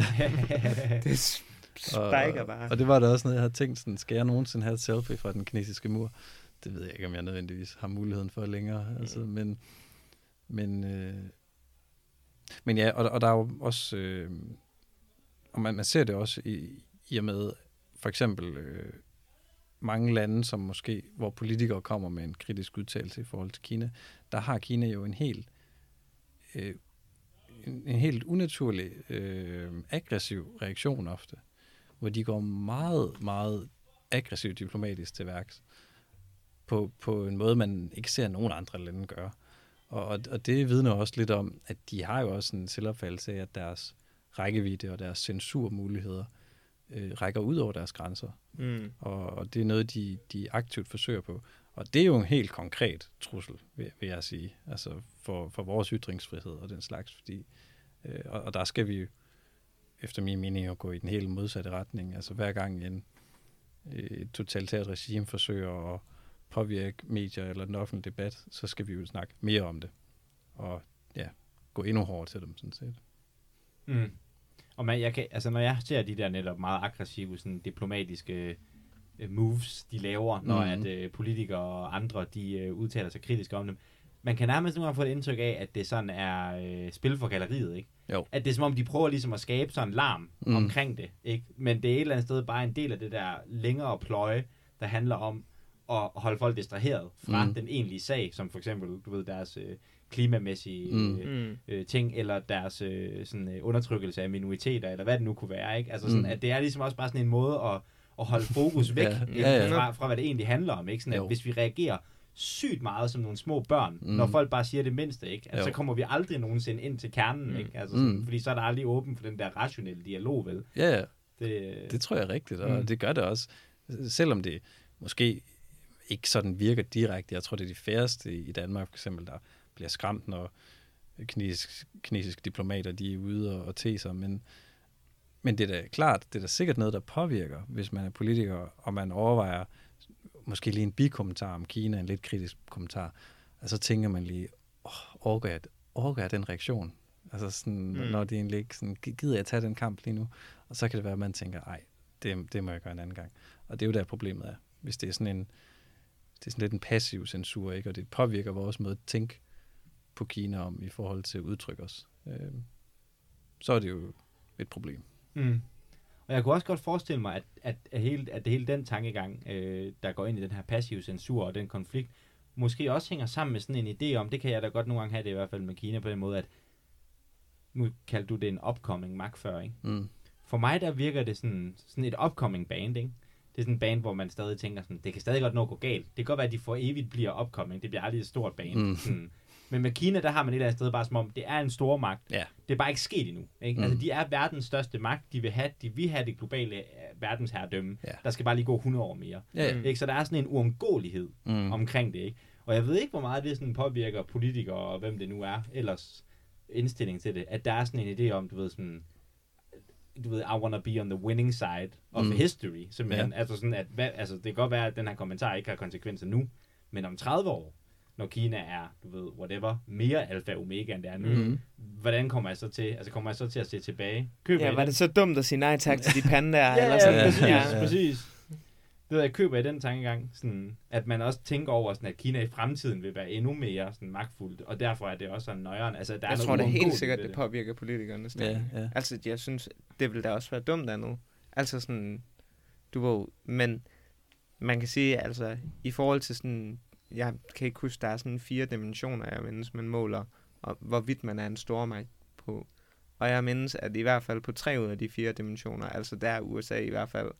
Det sprækker bare. Og, og det var da også noget, jeg havde tænkt, sådan, skal jeg nogensinde have et selfie fra den kinesiske mur? Det ved jeg ikke, om jeg nødvendigvis har muligheden for længere. Mm. Altså, men men øh, Men ja, og, og der er jo også, øh, og man, man ser det også i, i og med, for eksempel øh, mange lande, som måske, hvor politikere kommer med en kritisk udtalelse i forhold til Kina, der har Kina jo en helt, øh, en, en helt unaturlig, øh, aggressiv reaktion ofte, hvor de går meget, meget aggressivt diplomatisk til værks, på, på en måde, man ikke ser nogen andre lande gøre. Og, og det vidner også lidt om, at de har jo også en selvopfattelse af, at deres rækkevidde og deres censurmuligheder øh, rækker ud over deres grænser. Mm. Og, og det er noget, de, de aktivt forsøger på. Og det er jo en helt konkret trussel, vil, vil jeg sige, altså for, for vores ytringsfrihed og den slags. Fordi, øh, og, og der skal vi efter min mening at gå i den helt modsatte retning. Altså hver gang en, et totalitært regime forsøger at påvirke medier eller den offentlige debat, så skal vi jo snakke mere om det. Og ja, gå endnu hårdere til dem, sådan set. Mm. Og man, jeg kan, altså, når jeg ser de der netop meget aggressive, sådan, diplomatiske uh, moves, de laver, når mm-hmm. at uh, politikere og andre, de uh, udtaler sig kritisk om dem, man kan nærmest nogle gange få et indtryk af, at det sådan er uh, spil for galleriet, ikke? Jo. At det er som om, de prøver ligesom at skabe sådan en larm mm. omkring det, ikke? Men det er et eller andet sted bare en del af det der længere pløje, der handler om at holde folk distraheret fra mm. den egentlige sag, som for eksempel, du ved, deres øh, klimamæssige mm. øh, øh, ting, eller deres øh, sådan, øh, undertrykkelse af minoriteter, eller hvad det nu kunne være, ikke? Altså sådan, mm. at det er ligesom også bare sådan en måde at, at holde fokus væk ja. Ikke? Ja, ja. Fra, fra, hvad det egentlig handler om, ikke? Sådan, at hvis vi reagerer sygt meget som nogle små børn, mm. når folk bare siger det mindste, ikke? Altså, så kommer vi aldrig nogensinde ind til kernen, mm. ikke? Altså, sådan, mm. fordi så er der aldrig åben for den der rationelle dialog, vel? Ja, ja. Det, det tror jeg er rigtigt, og mm. det gør det også. Selvom det måske ikke sådan virker direkte. Jeg tror, det er de færreste i Danmark, for eksempel, der bliver skræmt, når kinesiske, kinesiske diplomater de er ude og, og teser. Men, men det er da klart, det er da sikkert noget, der påvirker, hvis man er politiker, og man overvejer måske lige en bikommentar om Kina, en lidt kritisk kommentar, og så tænker man lige, oh, orker, jeg, orker jeg den reaktion? Altså sådan, mm. når det egentlig ikke sådan, gider jeg tage den kamp lige nu? Og så kan det være, at man tænker, ej, det, det må jeg gøre en anden gang. Og det er jo der problemet er. Hvis det er sådan en det er sådan lidt en passiv censur, ikke? Og det påvirker vores måde at tænke på Kina om i forhold til at udtrykke os. Øh, så er det jo et problem. Mm. Og jeg kunne også godt forestille mig, at, at, at, hele, at det hele den tankegang, øh, der går ind i den her passive censur og den konflikt, måske også hænger sammen med sådan en idé om, det kan jeg da godt nogle gange have det i hvert fald med Kina på den måde, at nu kaldte du det en upcoming magtføring. Mm. For mig der virker det sådan, sådan et upcoming band, ikke? Det er sådan en band, hvor man stadig tænker sådan, det kan stadig godt nå at gå galt. Det kan godt være, at de for evigt bliver upcoming. Det bliver aldrig et stort band. Mm. Sådan. Men med Kina, der har man et eller andet sted bare som om, det er en stor magt. Yeah. Det er bare ikke sket endnu. Ikke? Mm. Altså, de er verdens største magt. De vil have, de vil have det globale verdensherredømme. Yeah. Der skal bare lige gå hundrede år mere. Yeah. Ikke? Så der er sådan en uundgåelighed mm. omkring det. Ikke? Og jeg ved ikke, hvor meget det sådan påvirker politikere og hvem det nu er, ellers indstilling til det. At der er sådan en idé om, du ved sådan, du ved, I wanna be on the winning side of mm. history. Simpelthen. Ja. Altså sådan, at, hvad, altså, det kan godt være, at den her kommentar ikke har konsekvenser nu, men om tredive år, når Kina er, du ved, whatever, mere alfa og omega, end det er nu, mm. hvordan kommer jeg så til, altså kommer jeg så til at se tilbage? Køber ja, var det? det så dumt at sige nej tak til de pandaer? ja, eller sådan? Ja, præcis, ja, ja. præcis. Det ved jeg, køber i den tankegang, sådan, at man også tænker over, sådan, at Kina i fremtiden vil være endnu mere sådan, magtfuldt, og derfor er det også sådan nøjeren. Altså, der jeg er tror, det er helt sikkert, det, det påvirker politikerne. Ja, ja. Altså, jeg synes, det vil da også være dumt andet. Altså sådan, du ved, men man kan sige, altså, i forhold til sådan, jeg kan ikke huske, der er sådan fire dimensioner, jeg mindes, man måler, og hvorvidt man er en stormagt på. Og jeg mindes, at i hvert fald på tre ud af de fire dimensioner, altså der er U S A i hvert fald,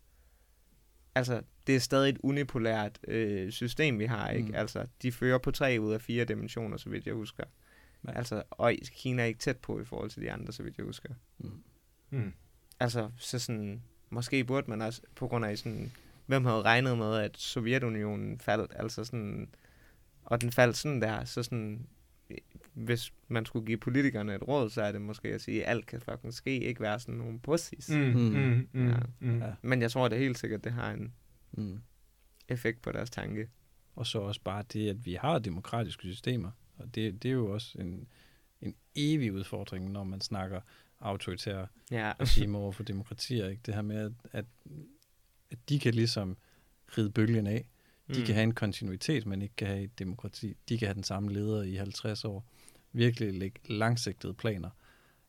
altså, det er stadig et unipolært øh, system, vi har, ikke? Mm. Altså, de fører på tre ud af fire dimensioner, så vidt jeg husker. Ja. Altså, og Kina er ikke tæt på i forhold til de andre, så vidt jeg husker. Mm. Mm. Altså, så sådan, måske burde man også, på grund af sådan, hvem havde regnet med, at Sovjetunionen faldt, altså sådan, og den faldt sådan der, så sådan, hvis man skulle give politikerne et råd, så er det måske at sige, at alt kan fucking ske, ikke være sådan nogle pussies. Mm, mm, mm, ja. mm. Men jeg tror, det er helt sikkert, det har en mm. effekt på deres tanke. Og så også bare det, at vi har demokratiske systemer, og det, det er jo også en, en evig udfordring, når man snakker autoritære ja. regimer over for demokratier, ikke? Det her med, at, at, at de kan ligesom ride bølgen af. De mm. kan have en kontinuitet, men ikke kan have et demokrati. De kan have den samme leder i halvtreds år. Virkelig lægge langsigtede planer.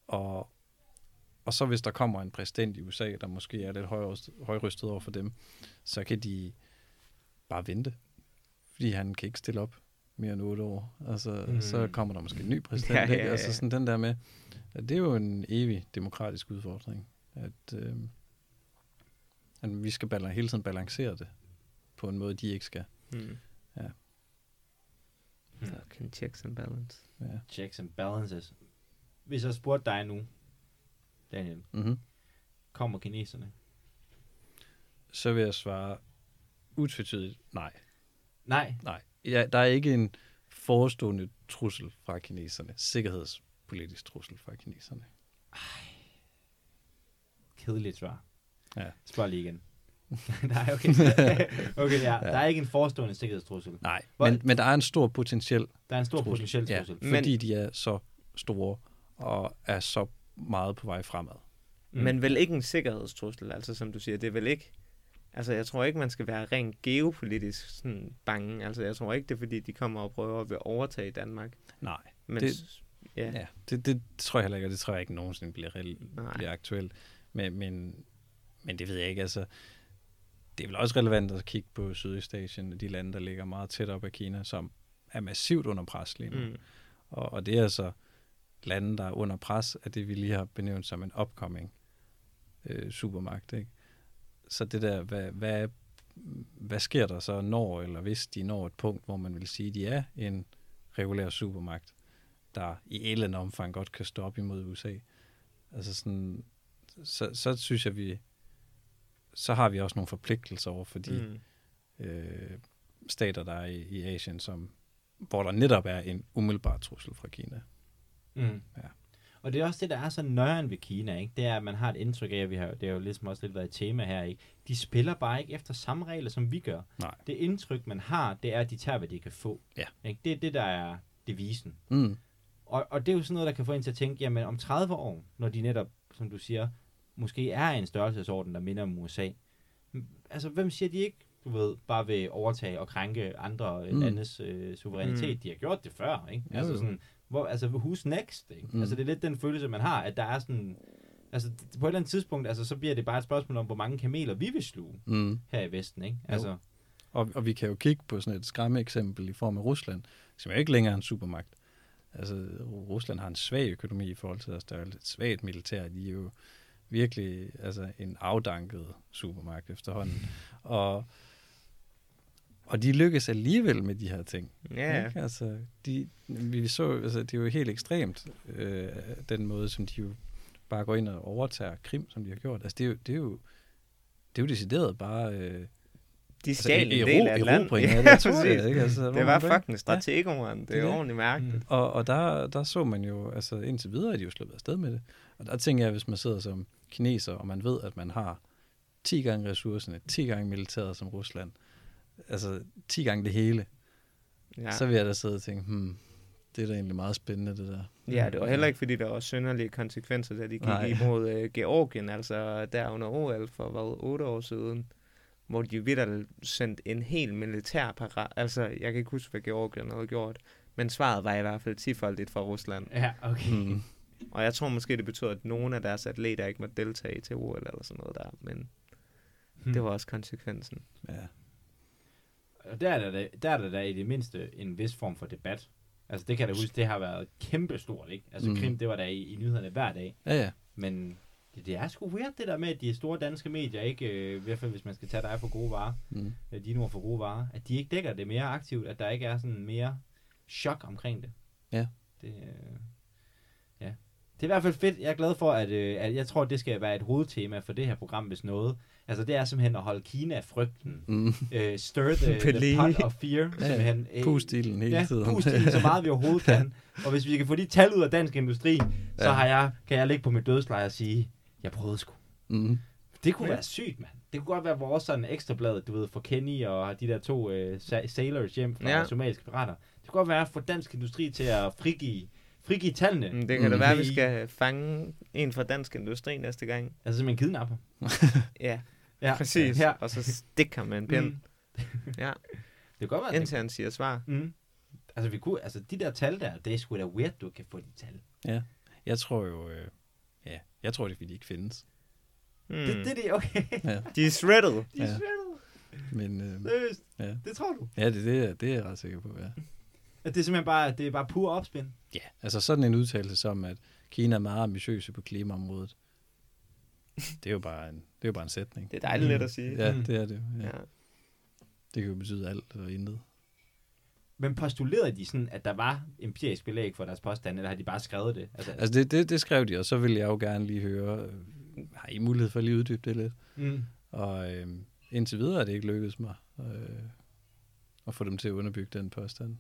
Og, og så hvis der kommer en præsident i U S A, der måske er lidt højrystet, højrystet over for dem, så kan de bare vente. Fordi han kan ikke stille op mere end otte år. Altså, mm. så kommer der måske en ny præsident. Ja, ja, ikke? ja. Altså sådan den der med, at det er jo en evig demokratisk udfordring. At, øh, at vi skal balan- hele tiden balancere det på en måde, de ikke skal. Hmm. Ja. Fucking checks and balance. Ja. Checks and balances. Hvis jeg spurgte dig nu, Daniel, Mm-hmm. kommer kineserne? Så vil jeg svare utvetydigt nej. Nej. Nej. Ja, der er ikke en forestående trussel fra kineserne. Sikkerhedspolitisk trussel fra kineserne. Kedeligt svar. Ja. Spørg lige igen. Nej, okay. Okay, ja. Der er ikke en forestående sikkerhedstrussel. Nej, Hvor- men, men der er en stor potentiel Der er en stor trussel. potentiel Ja, trussel. fordi de er så store og er så meget på vej fremad. Mm. Men vel ikke en sikkerhedstrussel, altså som du siger, det er vel ikke, altså jeg tror ikke, man skal være rent geopolitisk sådan bange, altså jeg tror ikke, det er fordi, de kommer og prøver at overtage Danmark. Nej, Men, Det- s- ja. ja, det, det tror jeg heller ikke, og det tror jeg ikke nogensinde bliver, reelt, Nej. bliver aktuelt. Men, men, men det ved jeg ikke, altså det er vel også relevant at kigge på Sydøstasien, de lande, der ligger meget tæt op af Kina, som er massivt under pres lige nu. Mm. Og, og det er altså lande, der er under pres af det, vi lige har benævnt som en upcoming øh, supermagt. Ikke? Så det der, hvad, hvad, hvad sker der så, når eller hvis de når et punkt, hvor man vil sige, at de er en regulær supermagt, der i et eller andet omfang godt kan stå op imod U S A. Altså sådan, så, så synes jeg, vi så har vi også nogle forpligtelser over for de Mm. øh, stater, der er i, i Asien, som, hvor der netop er en umiddelbar trussel fra Kina. Mm. Ja. Og det er også det, der er så nøjeren ved Kina, ikke? Det er, at man har et indtryk af, at vi har, det har jo ligesom også lidt været et tema her, ikke? De spiller bare ikke efter samme regler, som vi gør. Nej. Det indtryk, man har, det er, at de tager, hvad de kan få. Ja. Ikke? Det er det, der er devisen. Mm. Og, og det er jo sådan noget, der kan få en til at tænke, jamen om tredive år, når de netop, som du siger, måske er en størrelsesorden, der minder om U S A. Altså, hvem siger de ikke, du ved, bare vil overtage og krænke andre Mm. mm. landes øh, suverænitet? Mm. De har gjort det før, ikke? Jo, Altså jo. sådan, hvor, altså, who's next, ikke? Mm. Altså, det er lidt den følelse, man har, at der er sådan, altså, på et eller andet tidspunkt, altså, så bliver det bare et spørgsmål om, hvor mange kameler vi vil sluge Mm. her i Vesten, ikke? Altså, Og, og vi kan jo kigge på sådan et skræmmeeksempel i form af Rusland, som er ikke længere en supermagt. Altså, Rusland har en svag økonomi i forhold til deres størrelse, et svagt militær. De er jo virkelig altså, en afdanket supermagt efterhånden. Og, og de lykkes alligevel med de her ting. Ja, Ikke? Altså, de, vi så, altså, det er jo helt ekstremt, øh, den måde, som de jo bare går ind og overtager Krim, som de har gjort. Altså, det er jo, det er jo, det er jo decideret bare... Øh, de stjal altså, en del af et land. erobring af Ja, det, tror jeg, præcis. ikke? Altså, hvor Det var man går ind- fucking strategoren. Det det er er det. ordentligt mærkeligt. Mm. Og, og der, der så man jo, altså indtil videre er de jo sluppet afsted med det. Og der tænker jeg, hvis man sidder som kineser, og man ved, at man har ti gange ressourcerne, ti gange militæret som Rusland, altså ti gange det hele, Ja. ja. så vil jeg da sidde og tænke, hmm, det er da egentlig meget spændende, det der. Ja, det var heller ikke, fordi der var synderlige konsekvenser, da de gik Nej. imod øh, Georgien, altså der under O L for, hvad, otte år siden, hvor de vidt sendt en helt militær parat. Altså, jeg kan ikke huske, hvad Georgien havde gjort, men svaret var i hvert fald tifoldigt fra Rusland. ja, okay. Hmm. Og jeg tror måske, det betød, at nogle af deres atleter ikke måtte deltage til O L eller sådan noget der, men Hmm. det var også konsekvensen. Ja. Og der er der, da- der er der da i det mindste en vis form for debat. Altså det kan jeg da huske, det har været kæmpestort, ikke? Altså Mm. mm. Krim, det var der i, i nyhederne hver dag. Ja, ja. Men det, det er sgu weird det der med, at de store danske medier ikke, øh, i hvert fald hvis man skal tage dig for gode varer, Mm. øh, dine ord for gode varer, at de ikke dækker det mere aktivt, at der ikke er sådan mere chok omkring det. Ja. Det, øh, ja. Det er i hvert fald fedt. Jeg er glad for, at, øh, at jeg tror, at det skal være et hovedtema for det her program, hvis noget. Altså det er simpelthen at holde Kina-frygten. Mm. Øh, stir the, the Believe. pot of fear. Ja, Simpelthen. Øh, Pust i den hele ja, tiden. pust i den så meget vi overhovedet kan. Og hvis vi kan få de tal ud af dansk industri, så Ja. har jeg, kan jeg ligge på mit dødsleje og sige, jeg prøvede sgu. Mm. Det kunne Ja. være sygt, mand. Det kunne godt være vores sådan ekstrablad, du ved, for Kenny og de der to øh, sa- sailors hjem fra Ja. ja. somaliske pirater. Det kunne godt være at få dansk industri til at frigive, frigive tallene. Mm, det kan Mm. da være, at vi I- skal fange en fra dansk industri næste gang. Altså simpelthen kidnapper. Ja, Ja, præcis. Her. Og så stikke ham med en pind. Mm. Ja, Det kunne godt være, at indtil han siger svar. det, mm. Altså, vi kunne, altså, de der tal der, det er sgu da weird, du kan få de tal. Jeg tror jo, øh, Ja, jeg tror, det er, fordi de ikke findes. Hmm. Det, det er det, okay. Ja. De er shredded. De er Ja. shredded. Men, øh, Seriøst. ja. Det tror du? Ja, det, det, er, det er jeg ret sikker på, ja. At det er simpelthen bare, det er bare pur opspind. Ja, altså sådan en udtalelse som, at Kina er meget ambitiøse på klimaområdet. Det er jo bare en, det er jo bare en sætning. Det er dejligt let at sige. Ja, Mm. det er det. Ja. Ja. Det kan jo betyde alt og intet. Men postulerede de sådan, at der var empirisk belæg for deres påstand, eller har de bare skrevet det? Altså, Altså det, det, det skrev de, og så vil jeg jo gerne lige høre, øh, har I mulighed for at lige uddybe det lidt? mm. Og øh, indtil videre er det ikke lykkedes mig øh, at få dem til at underbygge den påstand.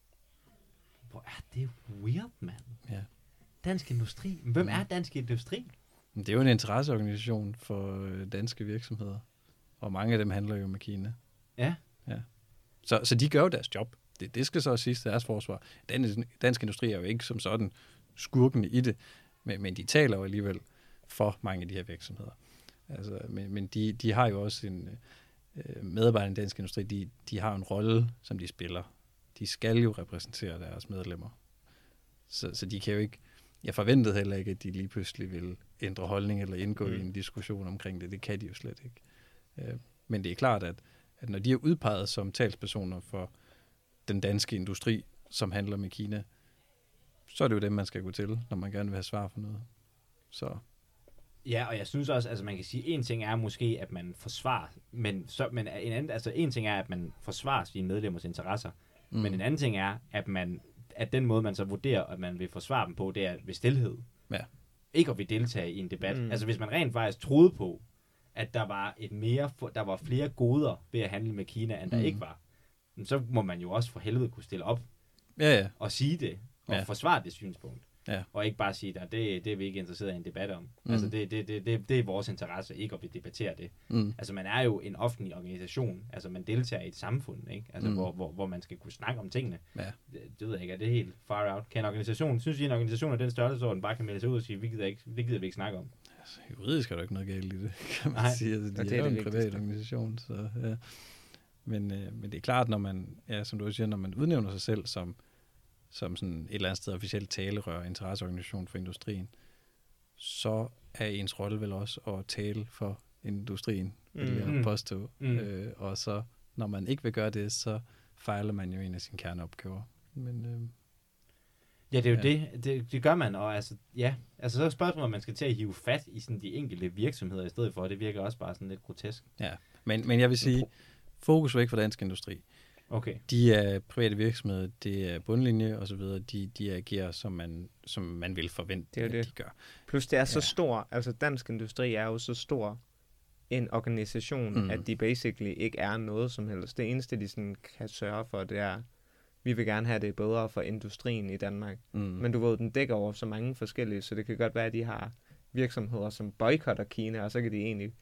Hvor er det weird, mand. Ja. Dansk Industri. Men hvem Mm. er Dansk Industri? Men det er jo en interesseorganisation for øh, danske virksomheder, og mange af dem handler jo med Kina. Ja. Ja. Så, så de gør jo deres job. Det, det skal så siges til deres forsvar. Den, dansk industri er jo ikke som sådan skurken i det, men, men de taler jo alligevel for mange af de her virksomheder. Altså, men men de, de har jo også en øh, medarbejder i dansk industri, de, de har en rolle, som de spiller. De skal jo repræsentere deres medlemmer. Så, så de kan jo ikke... Jeg forventede heller ikke, at de lige pludselig ville ændre holdning eller indgå mm. i en diskussion omkring det. Det kan de jo slet ikke. Øh, men det er klart, at, at når de er udpeget som talspersoner for den danske industri, som handler med Kina, så er det jo dem, man skal gå til, når man gerne vil have svar for noget. Så... Ja, og jeg synes også, altså man kan sige, en ting er måske, at man forsvarer, men, så, men en anden, altså en ting er, at man forsvarer sine medlemmers interesser, mm. men en anden ting er, at man, at den måde, man så vurderer, at man vil forsvare dem på, det er ved stilhed. Ja. Ikke at vi deltage i en debat. Mm. Altså hvis man rent faktisk troede på, at der var et mere, der var flere goder ved at handle med Kina, end der Mm. ikke var, så må man jo også for helvede kunne stille op Ja, ja. og sige det, og Ja. forsvare det synspunkt. Ja. Og ikke bare sige, at det, det er vi ikke interesseret i en debat om. Mm. Altså det, det, det, det, det er vores interesse, ikke at vi debatterer det. Mm. Altså man er jo en offentlig organisation, altså man deltager i et samfund, ikke? Altså Mm. hvor, hvor, hvor man skal kunne snakke om tingene. Ja. Det, det ved jeg ikke, er det helt far out? Kan en organisation, synes I en organisation af den størrelsesorden bare kan melde sig ud og sige, vi gider ikke, det gider vi ikke snakke om? Altså, juridisk er der ikke noget galt i det, kan man Nej. sige. Altså, Og de det er, er jo det en privat vigtigste. organisation, så ja. Men, øh, men det er klart, når man, ja, som du også siger, når man udnævner sig selv som, som sådan et eller andet sted officielt talerør, interesseorganisation for industrien, så er ens rolle vel også at tale for industrien, vil jeg Mm. påstå. Mm. Øh, og så, når man ikke vil gøre det, så fejler man jo en af sine kerneopgaver. Men øh, Ja, det er jo Ja. ja. det. det. Det gør man, og altså, ja. Altså, så er spørgsmålet, om man skal til at hive fat i sådan de enkelte virksomheder i stedet for, det virker også bare sådan lidt grotesk. ja, men, men jeg vil sige, fokus væk fra dansk industri. Okay. De er private virksomheder, det er bundlinje og så videre, de, de agerer, som man, som man vil forvente, Det er jo at det. de gør. Plus det er så Ja. stor, altså Dansk Industri er jo så stor en organisation, Mm. mm. at de basically ikke er noget som helst. Det eneste, de sådan kan sørge for, det er, vi vil gerne have det bedre for industrien i Danmark. Mm. Men du ved, den dækker over så mange forskellige, så det kan godt være, at de har virksomheder, som boykotter Kina, og så kan de egentlig,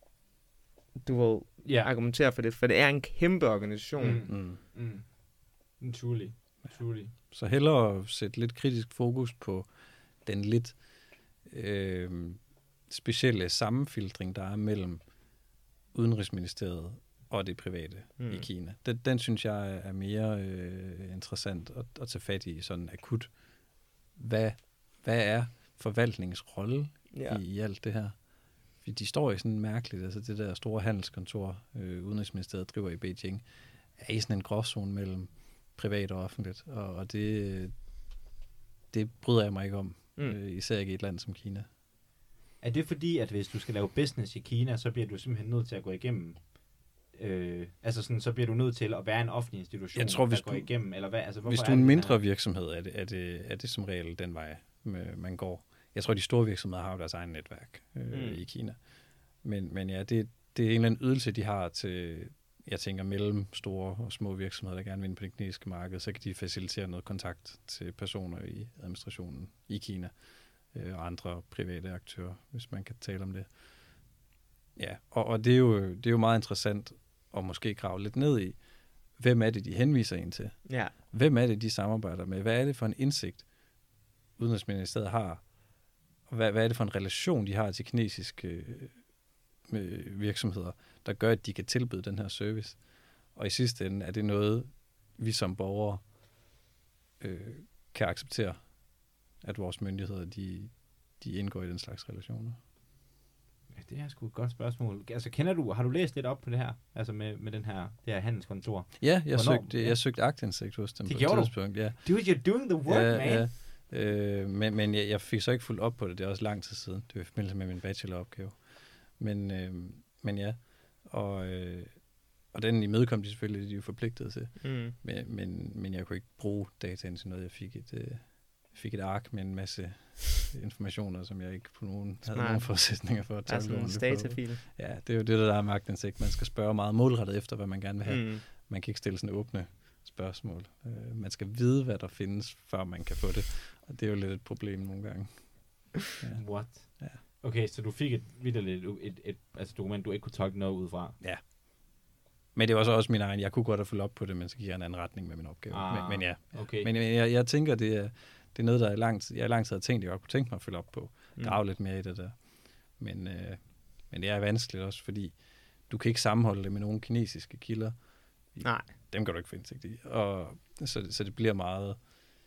du ved, Ja. argumentere for det, for det er en kæmpe organisation. Mm. Mm. Mm. Mm. Truly. Truly. Så hellere sætte lidt kritisk fokus på den lidt øh, specielle sammenfiltring, der er mellem Udenrigsministeriet og det private mm. Mm. i Kina. Den, den synes jeg er mere øh, interessant at, at tage fat i sådan akut. Hvad, hvad er forvaltningens rolle Ja. i, i alt det her? Fordi de står i sådan mærkeligt, altså det der store handelskontor, øh, Udenrigsministeriet driver i Beijing, er i sådan en gråzone mellem privat og offentligt, og, og det, det bryder jeg mig ikke om, Mm. øh, især ikke i et land som Kina. Er det fordi, at hvis du skal lave business i Kina, så bliver du simpelthen nødt til at gå igennem, øh, altså sådan, så bliver du nødt til at være en offentlig institution, Jeg tror, hvis der går du- igennem, eller hvad? Altså, hvorfor Hvis du er det, en den mindre her- virksomhed, er det, er, det, er det som regel den vej, øh, man går. Jeg tror, de store virksomheder har jo deres egen netværk øh, Mm. i Kina. Men, men ja, det, det er en eller anden ydelse, de har til, jeg tænker, mellem store og små virksomheder, der gerne vil ind på det kinesiske marked, så kan de facilitere noget kontakt til personer i administrationen i Kina øh, og andre private aktører, hvis man kan tale om det. Ja, og, og det, er jo, det er jo meget interessant at måske grave lidt ned i, hvem er det, de henviser en til? Ja. Hvem er det, de samarbejder med? Hvad er det for en indsigt, Udenrigsministeriet har? Og hvad, hvad er det for en relation, de har til kinesiske øh, virksomheder, der gør, at de kan tilbyde den her service? Og i sidste ende er det noget, vi som borgere øh, kan acceptere, at vores myndigheder, de, de indgår i den slags relationer. Ja, det er sgu et godt spørgsmål. Altså, kender du, har du læst lidt op på det her? Altså med, med den her, det her handelskontor? Ja, jeg Hvornår? søgte, Ja. jeg søgte aktindsigt hos dem Det på gjorde et du? tidspunkt. Ja. Dude, you're doing the work, ja, man. Ja. Øh, men men jeg, jeg fik så ikke fuldt op på det. Det er også lang tid siden. Det var i forbindelse med min bacheloropgave. Men, øh, men ja, og, øh, og den imødekom de selvfølgelig, de er jo forpligtet til. Mm. Men, men, men jeg kunne ikke bruge dataen til noget. Jeg fik et, øh, fik et ark med en masse informationer, som jeg ikke på nogen, havde nogen forudsætninger for at Der er tage sådan en datafil. Ja, det er jo det, der er magtindsigt. Man skal spørge meget målrettet efter, hvad man gerne vil have. Mm. Man kan ikke stille sådan åbne spørgsmål. Øh, man skal vide, hvad der findes, før man kan få det. Og det er jo lidt et problem nogle gange. Ja. What? Ja. Okay, så du fik et, et, et, et, et altså dokument, du ikke kunne tolke noget ud fra? Ja. Men det var så også min egen. Jeg kunne godt have fulgt op på det, men så gik jeg en anden retning med min opgave. Ah, men, men ja. okay. Men jeg, jeg tænker, det er, det er noget, der er langt, jeg lang tid har tænkt, jeg godt kunne tænke mig at følge op på. Mm. Grave lidt mere i det der. Men, øh, men det er vanskeligt også, fordi du kan ikke sammenholde det med nogle kinesiske kilder. Nej. Dem kan du ikke få indsigt i. Og, så, så det bliver meget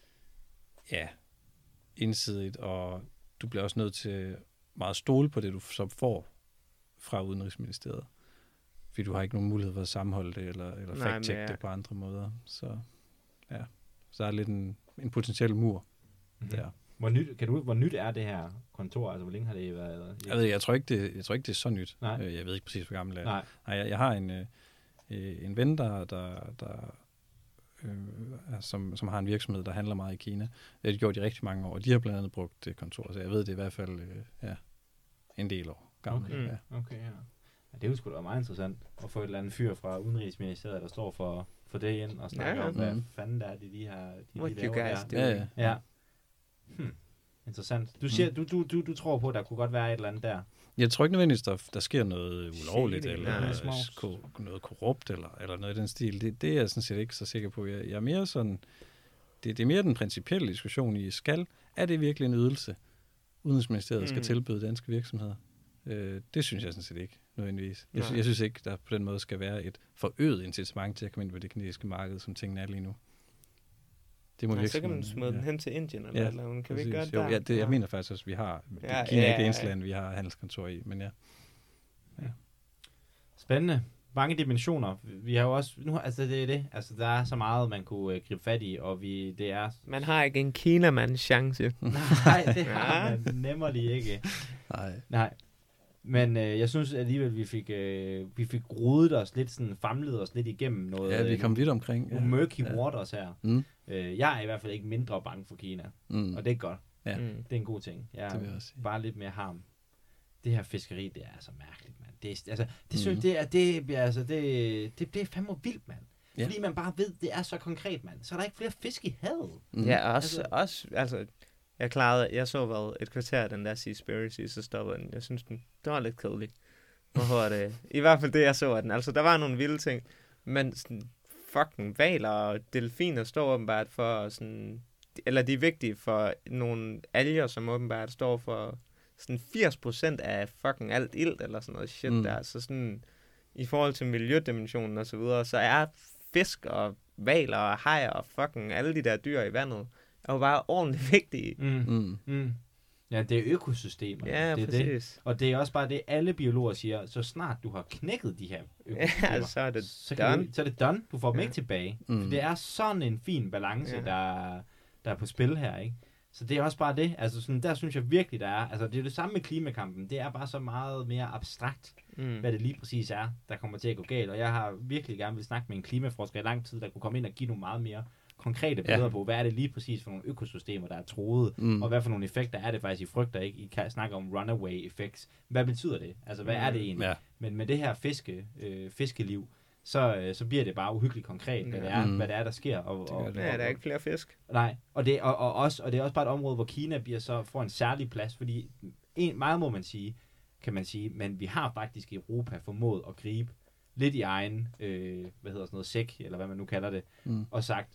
ja, indsidigt, og du bliver også nødt til meget stole på det, du så får fra Udenrigsministeriet. Fordi du har ikke nogen mulighed for at sammenholde det, eller, eller Nej, fact-check men det på andre måder. Så ja, så er der lidt en, en potentiel mur Mm-hmm. der. Hvor nyt, kan du, hvor nyt er det her kontor? Altså, hvor længe har det været? Jeg ved, jeg tror ikke, det, jeg tror ikke, det er så nyt. Nej. Øh, Jeg ved ikke præcis, hvor gammel det er. Nej. Nej, jeg, jeg har en, øh, øh, en ven, der, der, der øh, er, som, som har en virksomhed, der handler meget i Kina. Det har de gjort i rigtig mange år, og de har blandt andet brugt det kontor, så jeg ved, det er i hvert fald øh, ja, en del år gammel. Okay, Ja. okay, ja. Ja, det er jo sgu da meget interessant at få et eller andet fyr fra Udenrigsministeriet, der står for, for det ind og snakker Ja, ja. om, hvad Mhm. fanden der er, de, de her de, What de you laver guys der. do. Ja, ja. Ja. Hmm. Interessant. Du siger, du, du, du, du tror på, at der kunne godt være et eller andet der. Jeg tror ikke nødvendigvis, der, der sker noget ulovligt, Shady, eller nej. noget, ko- noget korrupt, eller, eller noget i den stil. Det, det er jeg sådan set ikke så sikker på. Jeg, jeg er mere sådan, det, det er mere den principielle diskussion i, skal, er det virkelig en ydelse, Udenrigsministeriet skal Mm. tilbyde danske virksomheder? Øh, det synes jeg sådan set ikke, nødvendigvis. Jeg, sy- Nej. jeg synes ikke, der på den måde skal være et forøget incitament til at komme ind på det kinesiske marked, som tingene er lige nu. Det må Nej, så kan man virksomhederne- smide den hen til Indien, eller Ja, ja, eller andet. Kan vi ikke gøre præcis. det Jo, der? ja, det, jeg mener faktisk også, at vi har, Ja, ja, Kina er ja, ikke det ja, eneste ja. land, vi har handelskontor i, men ja. Spændende. Mange dimensioner. Vi har jo også, nu, altså det er det, altså der er så meget, man kunne øh, gribe fat i, og vi, det er, Man har ikke en Kinamands chance. nej, det har Ja. man nemmerlig ikke. Nej. Nej. Men øh, jeg synes alligevel, vi fik, øh, vi fik rodet os lidt, sådan famlet os lidt igennem noget. Ja, vi øh, kom vidt omkring. nogle Ja. murky Ja. waters her. Mm. Øh, jeg er i hvert fald ikke mindre bange for Kina, Mm. og det er godt. Ja. Mm. Det er en god ting. Jeg Det vil jeg er også sige. bare lidt mere harm. Det her fiskeri, det er så mærkeligt, mand. Det, er, altså, det synes Mhm. det er, det bliver, altså, det, det bliver fandme vildt, mand. Ja. Fordi man bare ved, det er så konkret, mand. Så er der ikke flere fisk i havet. Mm. Ja, også, Altså- også, altså, jeg klarede, jeg så vel et kvarter af den der Seaspiracy, så stoppede den. Jeg synes, den, det var lidt kedelig. Hvor er det? I hvert fald det, jeg så af den. Altså, der var nogle vilde ting, men sådan, fucking valer og delfiner står åbenbart for sådan, eller de er vigtige for nogle alger, som åbenbart står for sådan firs procent af fucking alt ilt, eller sådan noget shit Mm. mm. der. Så sådan, i forhold til miljødimensionen og så videre, så er fisk og valer og hajer og fucking alle de der dyr i vandet, er jo bare ordentligt vigtige. Mm. Mm. Mm. Ja, det er økosystemer. Ja, det er præcis. det. Og det er også bare det, alle biologer siger, så snart du har knækket de her økosystemer, Ja, så er det så, kan done. du, så er det done. Du får dem Ja. ikke tilbage. Mm. For det er sådan en fin balance, Ja. der, der er på spil her, ikke? Så det er også bare det. Altså sådan, der synes jeg virkelig, der er. Altså det er det samme med klimakampen. Det er bare så meget mere abstrakt, Mm. hvad det lige præcis er, der kommer til at gå galt. Og jeg har virkelig gerne vil snakke med en klimaforsker i lang tid, der kunne komme ind og give nogle meget mere konkrete billeder Ja. på, hvad er det lige præcis for nogle økosystemer, der er troet, Mm. og hvad for nogle effekter er det faktisk, I frygter ikke? I kan snakke om runaway effects. Hvad betyder det? Altså, hvad er det egentlig? Ja. Men med det her fiske, øh, fiskeliv, så, øh, så bliver det bare uhyggeligt konkret, hvad, Ja. det er, Mm. hvad det er, der sker. Og, Det gør og, det. Ja, der er ikke flere fisk. Nej, og det, og, og, også, og det er også bare et område, hvor Kina bliver så, får en særlig plads, fordi en, meget må man sige, kan man sige, men vi har faktisk i Europa formået at gribe lidt i egen, øh, hvad hedder sådan noget, sæk, eller hvad man nu kalder det, Mm. og sagt,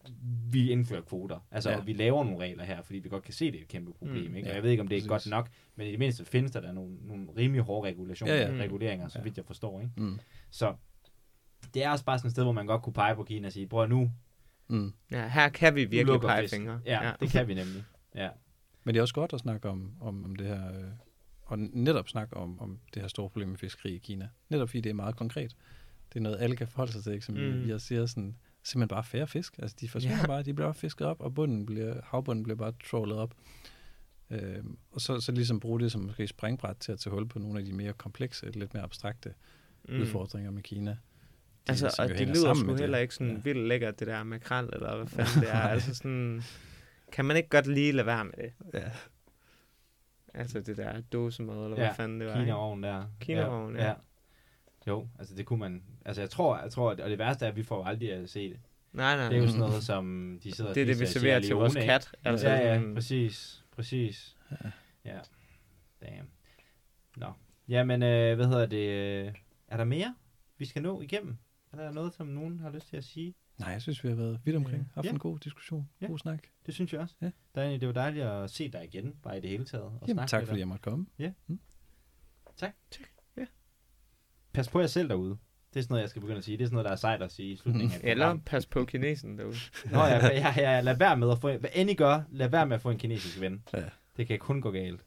vi indfører kvoter. Altså, Ja. ja. vi laver nogle regler her, fordi vi godt kan se, det er et kæmpe problem. Mm. Ikke? Ja, Og jeg ved ikke, om det er præcis. godt nok, men i det mindste findes der, der nogle, nogle rimelig hårde regulationer, Ja, ja, ja. ja. reguleringer, så Ja. vidt jeg forstår. Ikke? Mm. Så det er også bare sådan et sted, hvor man godt kunne pege på Kina og sige, bror, nu, Mm. Ja, her kan vi nu virkelig lukker pege fisken. fingre. Ja, ja, det kan vi nemlig. Ja. Men det er også godt at snakke om, om, om det her, øh, og netop snakke om, om det her store problem med fiskeri i Kina. Netop fordi det er meget konkret. Det er noget, alle kan forholde sig til, ikke? Som mm. jeg siger, sådan, simpelthen bare færre fisk. Altså, de forsvinder yeah. bare, de bliver fisket op, og bunden bliver, havbunden bliver bare trawlet op. Øh, og så, så ligesom bruge det som måske springbræt til at tage hul på nogle af de mere komplekse, lidt mere abstrakte mm. udfordringer med Kina. De, altså, og det lyder sgu heller ikke sådan ja. vildt lækkert, det der makrel, eller hvad fanden det er. Altså sådan, kan man ikke godt lige lade være med det? Ja. Altså det der dåsemad, eller ja, hvad fanden det var. Kina-ovn der. Kina-ovn, ja. ja. Jo, altså det kunne man, altså jeg tror, jeg tror, og det værste er, at vi får aldrig at se det. Nej, nej. Det er jo sådan noget, som de sidder og det er det, vi serverer til vores kat. Altså, ja, ja, præcis, præcis. Ja. ja. Damn. Nå. Jamen, øh, hvad hedder det, er der mere, vi skal nå igennem? Er der noget, som nogen har lyst til at sige? Nej, jeg synes, vi har været vidt omkring. Haft ja. en god diskussion. Ja. God snak. Det synes jeg også. Ja. Daniel, det var dejligt at se dig igen, bare i det hele taget. Og Jamen, tak fordi jeg måtte komme. Ja. Mm. Tak. Tak. Ja. Pas på jer selv derude. Det er sådan noget, jeg skal begynde at sige. Det er sådan noget, der er sejt at sige i slutningen af Eller pas på kinesen derude. Nå ja, ja, ja, lad være med at få, hvad end I gør, lad være med at få en kinesisk ven. Ja. Det kan kun gå galt.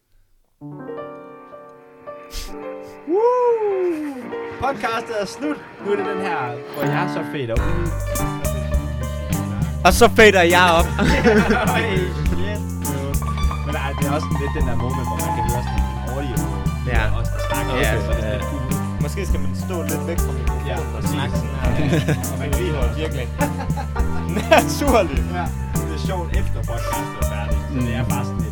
Woo! Podcastet er slut. Nu er det den her, hvor jeg er så fedt op. Og så fader jeg op. Men ej, det er også lidt den der moment, hvor man kan høre sådan en audio. Ja. Og også der snakker. Ja, så det er ja. Cool. Måske skal man stå lidt væk fra mikrofonen ja, og snakke sådan her. Og man lige holde virkelig naturligt. Ja, det er sjovt efter podcastet er færdigt. Så det er bare sådan